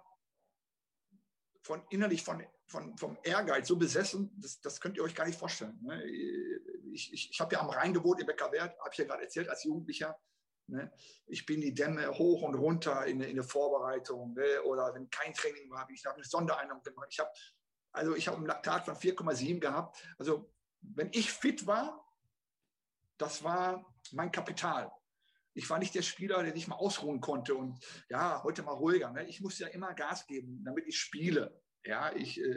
S6: innerlich vom Ehrgeiz so besessen, das könnt ihr euch gar nicht vorstellen. Ne? Ich habe ja am Rhein gewohnt, in Beckerwerth, habe ich ja gerade erzählt, als Jugendlicher. Ne? Ich bin die Dämme hoch und runter in der Vorbereitung. Ne? Oder wenn kein Training war, habe ich eine Sondereinheit gemacht. Ich habe ein Laktat von 4,7 gehabt. Also wenn ich fit war, das war mein Kapital. Ich war nicht der Spieler, der sich mal ausruhen konnte und ja, heute mal ruhiger. Ne? Ich musste ja immer Gas geben, damit ich spiele. Ja,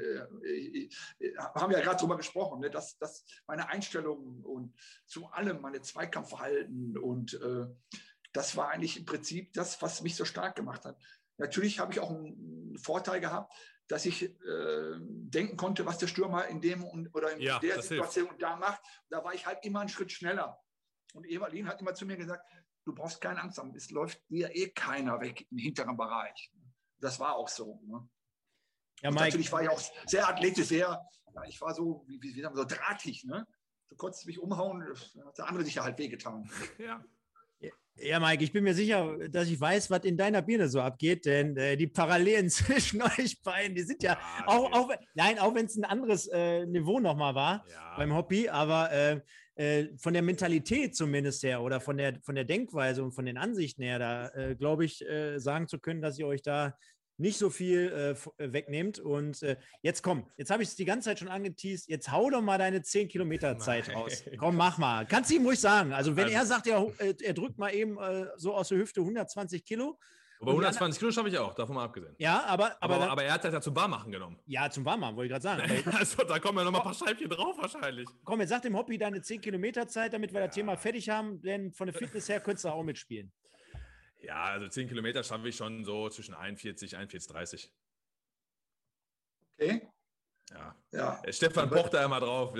S6: haben ja gerade darüber gesprochen, ne, dass meine Einstellung und zu allem meine Zweikampfverhalten und das war eigentlich im Prinzip das, was mich so stark gemacht hat. Natürlich habe ich auch einen Vorteil gehabt, dass ich denken konnte, was der Stürmer in der Situation da macht. Da war ich halt immer einen Schritt schneller. Und Evalin hat immer zu mir gesagt, du brauchst keine Angst haben, es läuft dir keiner weg im hinteren Bereich. Das war auch so. Ne? Ja, Mike. Natürlich war ich auch sehr athletisch, ich war so, wie sagen wir, so drahtig. Ne? Du konntest mich umhauen, hat der andere sich ja halt wehgetan.
S2: Ja. Ja, Mike, ich bin mir sicher, dass ich weiß, was in deiner Birne so abgeht, denn die Parallelen zwischen euch beiden, die sind ja auch wenn es ein anderes Niveau nochmal war beim Hobby, aber von der Mentalität zumindest her oder von der Denkweise und von den Ansichten her, da glaube ich, sagen zu können, dass ihr euch da nicht so viel wegnehmt. Und jetzt habe ich es die ganze Zeit schon angeteased, jetzt hau doch mal deine 10 Kilometer Zeit raus. Komm, mach mal. Kannst du ihm ruhig sagen. Also wenn er sagt, er drückt mal eben so aus der Hüfte 120 Kilo.
S3: Aber 120 Kilo schaffe ich auch, davon mal abgesehen.
S2: Ja, aber
S3: er hat das ja zum Warmmachen genommen.
S2: Ja, zum Warmmachen, wollte ich gerade sagen.
S3: Also, da kommen ja noch mal ein paar Scheibchen drauf wahrscheinlich.
S2: Komm, jetzt sag dem Hobby deine 10 Kilometer Zeit, damit wir das Thema fertig haben, denn von der Fitness her könntest du auch mitspielen.
S3: Ja, also 10 Kilometer schaffe ich schon so zwischen 41, 41,30.
S6: Okay.
S3: Ja. Stefan pocht da immer drauf.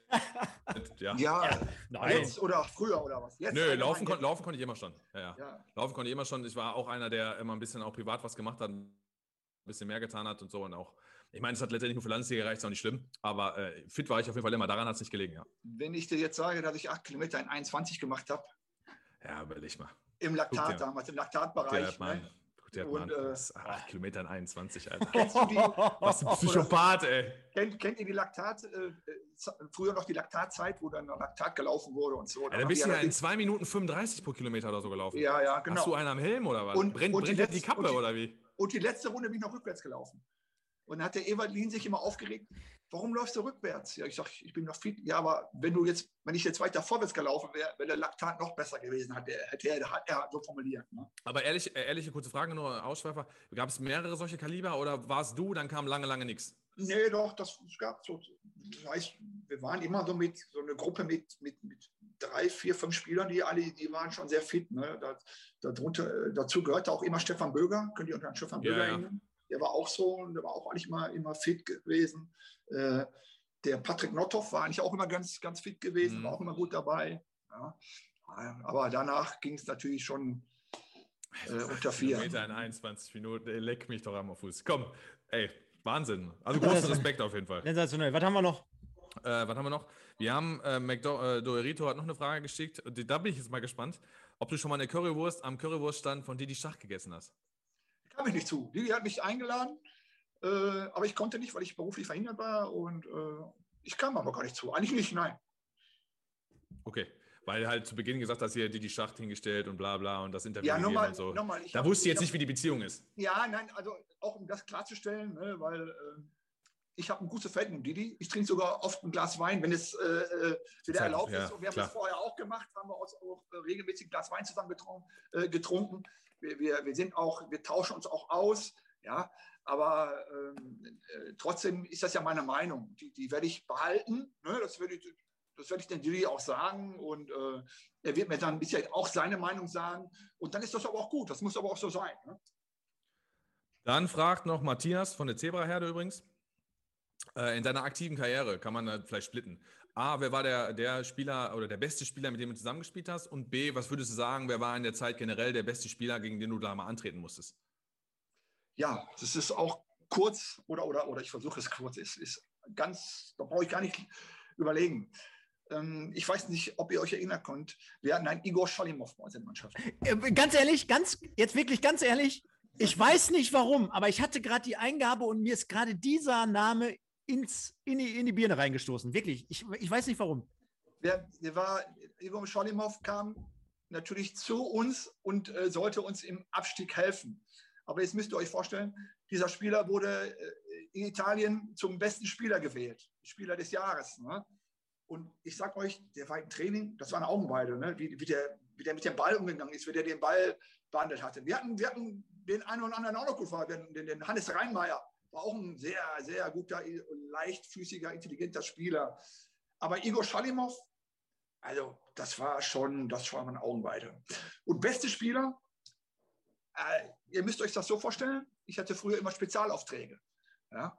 S6: Jetzt oder früher oder was? Jetzt
S3: Nö, laufen konnte ich immer schon. Ja. Laufen konnte ich immer schon. Ich war auch einer, der immer ein bisschen auch privat was gemacht hat. bisschen mehr getan hat und so. Und auch, ich meine, es hat letztendlich nur für Landesliga gereicht, ist auch nicht schlimm. Aber fit war ich auf jeden Fall immer. Daran hat es nicht gelegen, ja.
S6: Wenn ich dir jetzt sage, dass ich 8 Kilometer in 21 gemacht habe.
S3: Ja, überleg mal.
S6: Im Laktat damals, im Laktatbereich.
S3: Der Mann, 8 Kilometer in 21, Alter.
S6: Kennst du die?
S3: Was ein Psychopath, ey.
S6: Kennt ihr die früher noch die Laktatzeit, wo dann Laktat gelaufen wurde und so?
S3: Ja, dann bist du ja in 2 Minuten 35 pro Kilometer oder so gelaufen.
S6: Ja, genau.
S3: Hast du einen am Helm oder was? Brennt die Kappe oder wie?
S6: Und die letzte Runde bin ich noch rückwärts gelaufen. Und dann hat der Evalin sich immer aufgeregt, warum läufst du rückwärts? Ja, ich sage, ich bin noch fit. Ja, aber wenn ich jetzt weiter vorwärts gelaufen wäre, wäre der Laktat noch besser gewesen, hat er so formuliert. Ne?
S3: Aber ehrliche kurze Frage, nur Ausschweifer. Gab es mehrere solche Kaliber oder warst du, dann kam lange nichts?
S6: Nee, doch, es gab so. Das heißt, wir waren immer so eine Gruppe mit 3, 4, 5 Spielern, die waren schon sehr fit. Ne? Dazu gehörte auch immer Stefan Böger, könnt ihr unter Stefan Böger erinnern? Der war auch so, der war auch eigentlich immer fit gewesen. Der Patrick Nothoff war eigentlich auch immer ganz, ganz fit gewesen, war auch immer gut dabei. Ja. Aber danach ging es natürlich schon unter 4.
S3: Kilometer in 21 Minuten, ey, leck mich doch am Fuß. Komm, ey, Wahnsinn. Also großen Respekt auf jeden Fall.
S2: Sensationell. Was haben wir noch?
S3: Wir haben, Doerito hat noch eine Frage geschickt. Da bin ich jetzt mal gespannt, ob du schon mal eine Currywurst am Currywurststand von Didi Schach gegessen hast.
S6: Kam ich nicht zu. Didi hat mich eingeladen, aber ich konnte nicht, weil ich beruflich verhindert war und ich kam aber gar nicht zu. Eigentlich nicht, nein.
S3: Okay, weil halt zu Beginn gesagt hast, hier Didi Schacht hingestellt und bla bla und das Interview und so. Da wusste ich jetzt nicht, wie die Beziehung ist.
S6: Ja, nein, also auch um das klarzustellen, ne, weil ich habe ein gutes Verhältnis mit Didi. Ich trinke sogar oft ein Glas Wein, wenn es wieder erlaubt ist. Und wir haben das vorher auch gemacht, haben wir auch regelmäßig ein Glas Wein zusammen getrunken. Wir tauschen uns auch aus, ja, aber trotzdem ist das ja meine Meinung. Die werde ich behalten, ne? Das werde ich dem Didi auch sagen und er wird mir dann bisher auch seine Meinung sagen und dann ist das aber auch gut, das muss aber auch so sein. Ne?
S3: Dann fragt noch Matthias von der Zebraherde übrigens, in deiner aktiven Karriere kann man vielleicht splitten. A, wer war der Spieler oder der beste Spieler, mit dem du zusammengespielt hast? Und B, was würdest du sagen, wer war in der Zeit generell der beste Spieler, gegen den du da mal antreten musstest?
S6: Ja, das ist auch kurz oder ich versuche es kurz. Ist ganz, da brauche ich gar nicht überlegen. Ich weiß nicht, ob ihr euch erinnern könnt. Wir hatten einen Igor Schalimow bei uns in der Mannschaft.
S2: Ganz ehrlich, jetzt wirklich ganz ehrlich, ich weiß nicht warum, aber ich hatte gerade die Eingabe und mir ist gerade dieser Name in die Birne reingestoßen. Wirklich, ich weiß nicht warum.
S6: Igor Schalimow kam natürlich zu uns und sollte uns im Abstieg helfen. Aber jetzt müsst ihr euch vorstellen, dieser Spieler wurde in Italien zum besten Spieler gewählt. Spieler des Jahres. Ne? Und ich sag euch, der war im Training, das war eine Augenweide, ne? wie der mit dem Ball umgegangen ist, wie der den Ball behandelt hatte. Wir hatten den einen oder anderen auch noch gut war, den Hannes Reinmeier, war auch ein sehr, sehr guter, leichtfüßiger, intelligenter Spieler. Aber Igor Schalimow, also das war eine Augenweide. Und beste Spieler, ihr müsst euch das so vorstellen, ich hatte früher immer Spezialaufträge. Ja?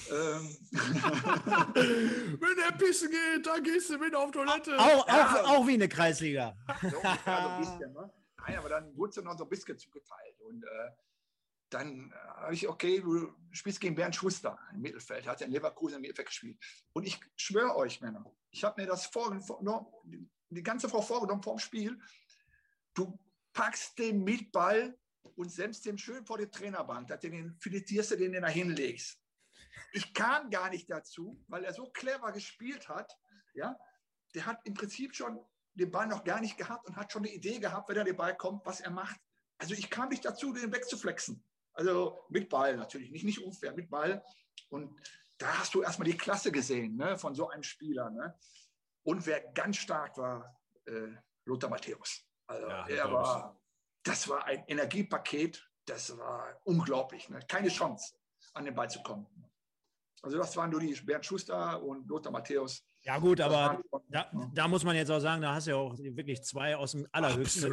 S3: Wenn er pissen geht, dann gehst du mit auf Toilette.
S2: Auch wie eine Kreisliga.
S6: So, ein bisschen, ne? Nein, aber dann wurde es noch so ein bisschen zugeteilt. Und dann habe ich, okay, du spielst gegen Bernd Schuster im Mittelfeld. Er hat ja in Leverkusen im Mittelfeld gespielt. Und ich schwöre euch, Männer, ich habe mir das die ganze Frau vorgenommen vor dem Spiel. Du packst den Mitball und sendest den schön vor die Trainerbank, filettierst du den da hinlegst. Ich kam gar nicht dazu, weil er so clever gespielt hat. Ja? Der hat im Prinzip schon den Ball noch gar nicht gehabt und hat schon eine Idee gehabt, wenn er den Ball kommt, was er macht. Also ich kam nicht dazu, den wegzuflexen. Also mit Ball natürlich, nicht unfair, mit Ball. Und da hast du erstmal die Klasse gesehen, ne, von so einem Spieler. Ne? Und wer ganz stark war, Lothar Matthäus. Also ja, das war ein Energiepaket, das war unglaublich. Ne? Keine Chance, an den Ball zu kommen. Also das waren nur die Bernd Schuster und Lothar Matthäus.
S2: Ja gut, aber da muss man jetzt auch sagen, da hast du ja auch wirklich zwei aus dem allerhöchsten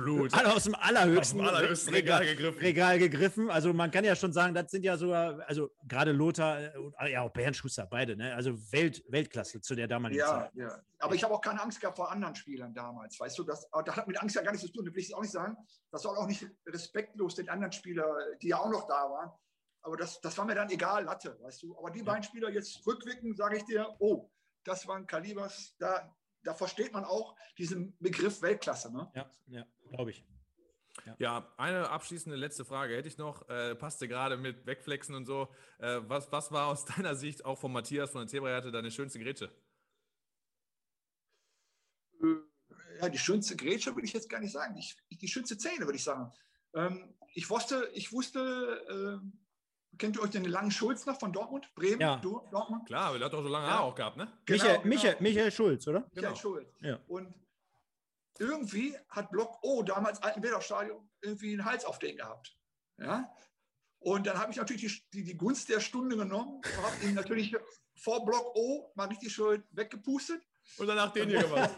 S2: Regal gegriffen. Also man kann ja schon sagen, das sind ja sogar, also gerade Lothar, ja auch Bernd Schuster, beide, ne? Also Weltklasse zu der damaligen Zeit.
S6: Ja, aber ich habe auch keine Angst gehabt vor anderen Spielern damals, weißt du, da hat mit Angst ja gar nichts zu tun, das will ich auch nicht sagen. Das soll auch nicht respektlos den anderen Spielern, die ja auch noch da waren. aber das war mir dann egal, Latte, weißt du. Aber die beiden Spieler jetzt rückwirkend, sage ich dir, oh, das waren Kalibers, da versteht man auch diesen Begriff Weltklasse. Ne?
S2: Ja, glaube ich.
S3: Ja, eine abschließende letzte Frage hätte ich noch. Passte gerade mit Wegflexen und so. Was war aus deiner Sicht, auch von Matthias von der Zebrajäger, deine schönste Grätsche?
S6: Ja, die schönste Grätsche würde ich jetzt gar nicht sagen. Die schönste Szene, würde ich sagen. Ich wusste, kennt ihr euch den langen Schulz noch von Dortmund? Bremen?
S2: Ja.
S6: Dortmund?
S3: Klar, weil er hat doch so lange Haare auch gehabt, ne?
S6: Genau,
S2: Michael Schulz, oder?
S6: Michael Schulz.
S2: Ja.
S6: Und irgendwie hat Block O damals Altenwerder-Stadion irgendwie einen Hals auf den gehabt. Ja? Und dann habe ich natürlich die Gunst der Stunde genommen und habe ihn natürlich vor Block O mal richtig schön weggepustet.
S3: Und danach den hier gemacht.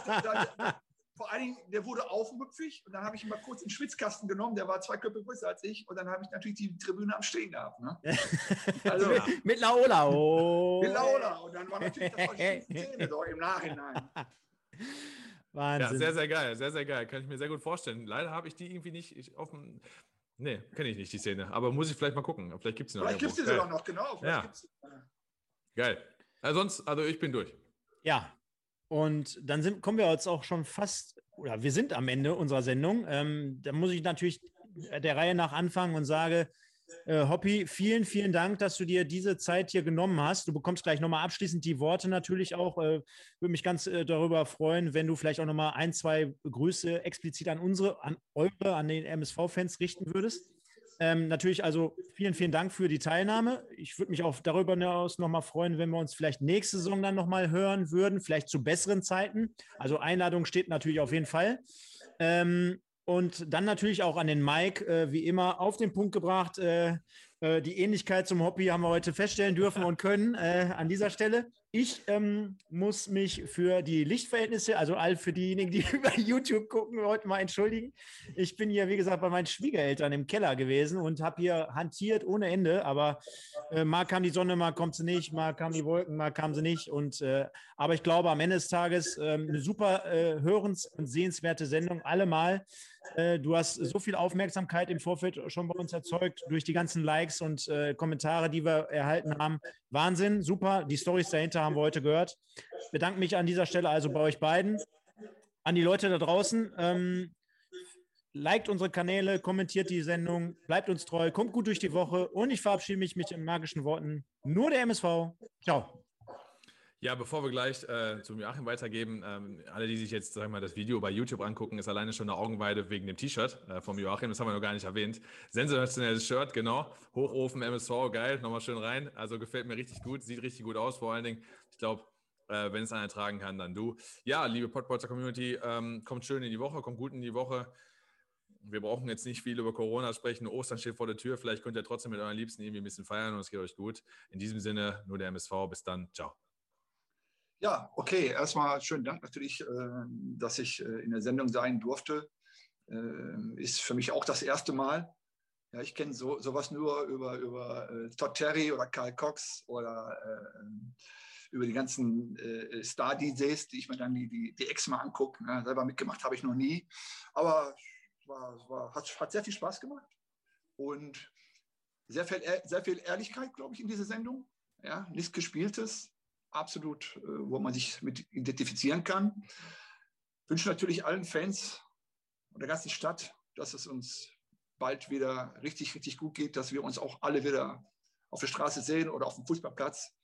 S6: Vor allen Dingen, der wurde aufmüpfig und dann habe ich ihn mal kurz in den Schwitzkasten genommen, der war 2 Köpfe größer als ich und dann habe ich natürlich die Tribüne am Stehen gehabt. Ne? Also,
S2: mit Laola. Oh.
S6: mit Laola. Und dann war natürlich das die Szene so im Nachhinein.
S2: Wahnsinn.
S3: Ja, sehr, sehr geil, sehr, sehr geil. Kann ich mir sehr gut vorstellen. Leider habe ich die irgendwie nicht Nee, kenne ich nicht, die Szene. Aber muss ich vielleicht mal gucken. Vielleicht gibt es sie noch.
S6: Vielleicht gibt es die sogar noch, genau.
S3: Ja. Geil. Also ich bin durch.
S2: Ja, und dann kommen wir jetzt auch schon fast, oder wir sind am Ende unserer Sendung. Da muss ich natürlich der Reihe nach anfangen und sage, Hoppy, vielen, vielen Dank, dass du dir diese Zeit hier genommen hast. Du bekommst gleich nochmal abschließend die Worte natürlich auch. Würde mich ganz darüber freuen, wenn du vielleicht auch nochmal 1, 2 Grüße explizit an den MSV-Fans richten würdest. Natürlich also vielen, vielen Dank für die Teilnahme. Ich würde mich auch darüber hinaus nochmal freuen, wenn wir uns vielleicht nächste Saison dann nochmal hören würden, vielleicht zu besseren Zeiten. Also Einladung steht natürlich auf jeden Fall. Und dann natürlich auch an den Mike, wie immer, auf den Punkt gebracht. Die Ähnlichkeit zum Hobby haben wir heute feststellen dürfen und können an dieser Stelle. Ich muss mich für die Lichtverhältnisse, also all für diejenigen, die über YouTube gucken, heute mal entschuldigen. Ich bin hier, wie gesagt, bei meinen Schwiegereltern im Keller gewesen und habe hier hantiert ohne Ende. Aber mal kam die Sonne, mal kommt sie nicht, mal kamen die Wolken, mal kamen sie nicht. Aber ich glaube, am Ende des Tages eine super hörens- und sehenswerte Sendung, allemal. Du hast so viel Aufmerksamkeit im Vorfeld schon bei uns erzeugt, durch die ganzen Likes und Kommentare, die wir erhalten haben. Wahnsinn, super. Die Storys dahinter haben wir heute gehört. Ich bedanke mich an dieser Stelle also bei euch beiden. An die Leute da draußen, liked unsere Kanäle, kommentiert die Sendung, bleibt uns treu, kommt gut durch die Woche und ich verabschiede mich mit den magischen Worten. Nur der MSV. Ciao.
S3: Ja, bevor wir gleich zum Joachim weitergeben, alle, die sich jetzt, sagen wir mal, das Video bei YouTube angucken, ist alleine schon eine Augenweide wegen dem T-Shirt vom Joachim, das haben wir noch gar nicht erwähnt. Sensationelles Shirt, genau. Hochofen, MSV, geil, nochmal schön rein. Also gefällt mir richtig gut, sieht richtig gut aus, vor allen Dingen. Ich glaube, wenn es einer tragen kann, dann du. Ja, liebe Podbolzer-Community, kommt schön in die Woche, kommt gut in die Woche. Wir brauchen jetzt nicht viel über Corona sprechen. Ostern steht vor der Tür. Vielleicht könnt ihr trotzdem mit euren Liebsten irgendwie ein bisschen feiern und es geht euch gut. In diesem Sinne, nur der MSV. Bis dann. Ciao.
S6: Ja, okay. Erstmal schönen Dank natürlich, dass ich in der Sendung sein durfte. Ist für mich auch das erste Mal. Ja, ich kenne sowas nur über Todd Terry oder Karl Cox oder über die ganzen Star-DJs, die ich mir dann die Ex mal angucke. Ja, selber mitgemacht habe ich noch nie. Aber hat sehr viel Spaß gemacht und sehr viel Ehrlichkeit, glaube ich, in dieser Sendung. Ja, nichts Gespieltes, absolut, wo man sich mit identifizieren kann. Ich wünsche natürlich allen Fans und der ganzen Stadt, dass es uns bald wieder richtig, richtig gut geht, dass wir uns auch alle wieder auf der Straße sehen oder auf dem Fußballplatz.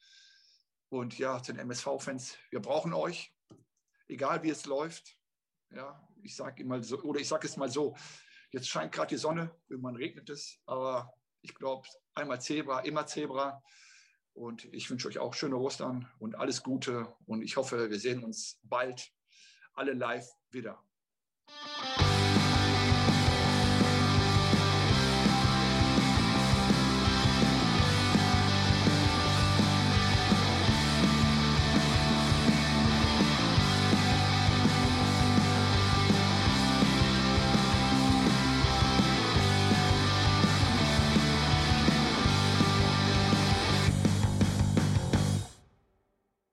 S6: Und ja, zu den MSV-Fans, wir brauchen euch, egal wie es läuft. Ja, ich sage es mal so, jetzt scheint gerade die Sonne, irgendwann regnet es, aber ich glaube, einmal Zebra, immer Zebra. Und ich wünsche euch auch schöne Ostern und alles Gute. Und ich hoffe, wir sehen uns bald alle live wieder.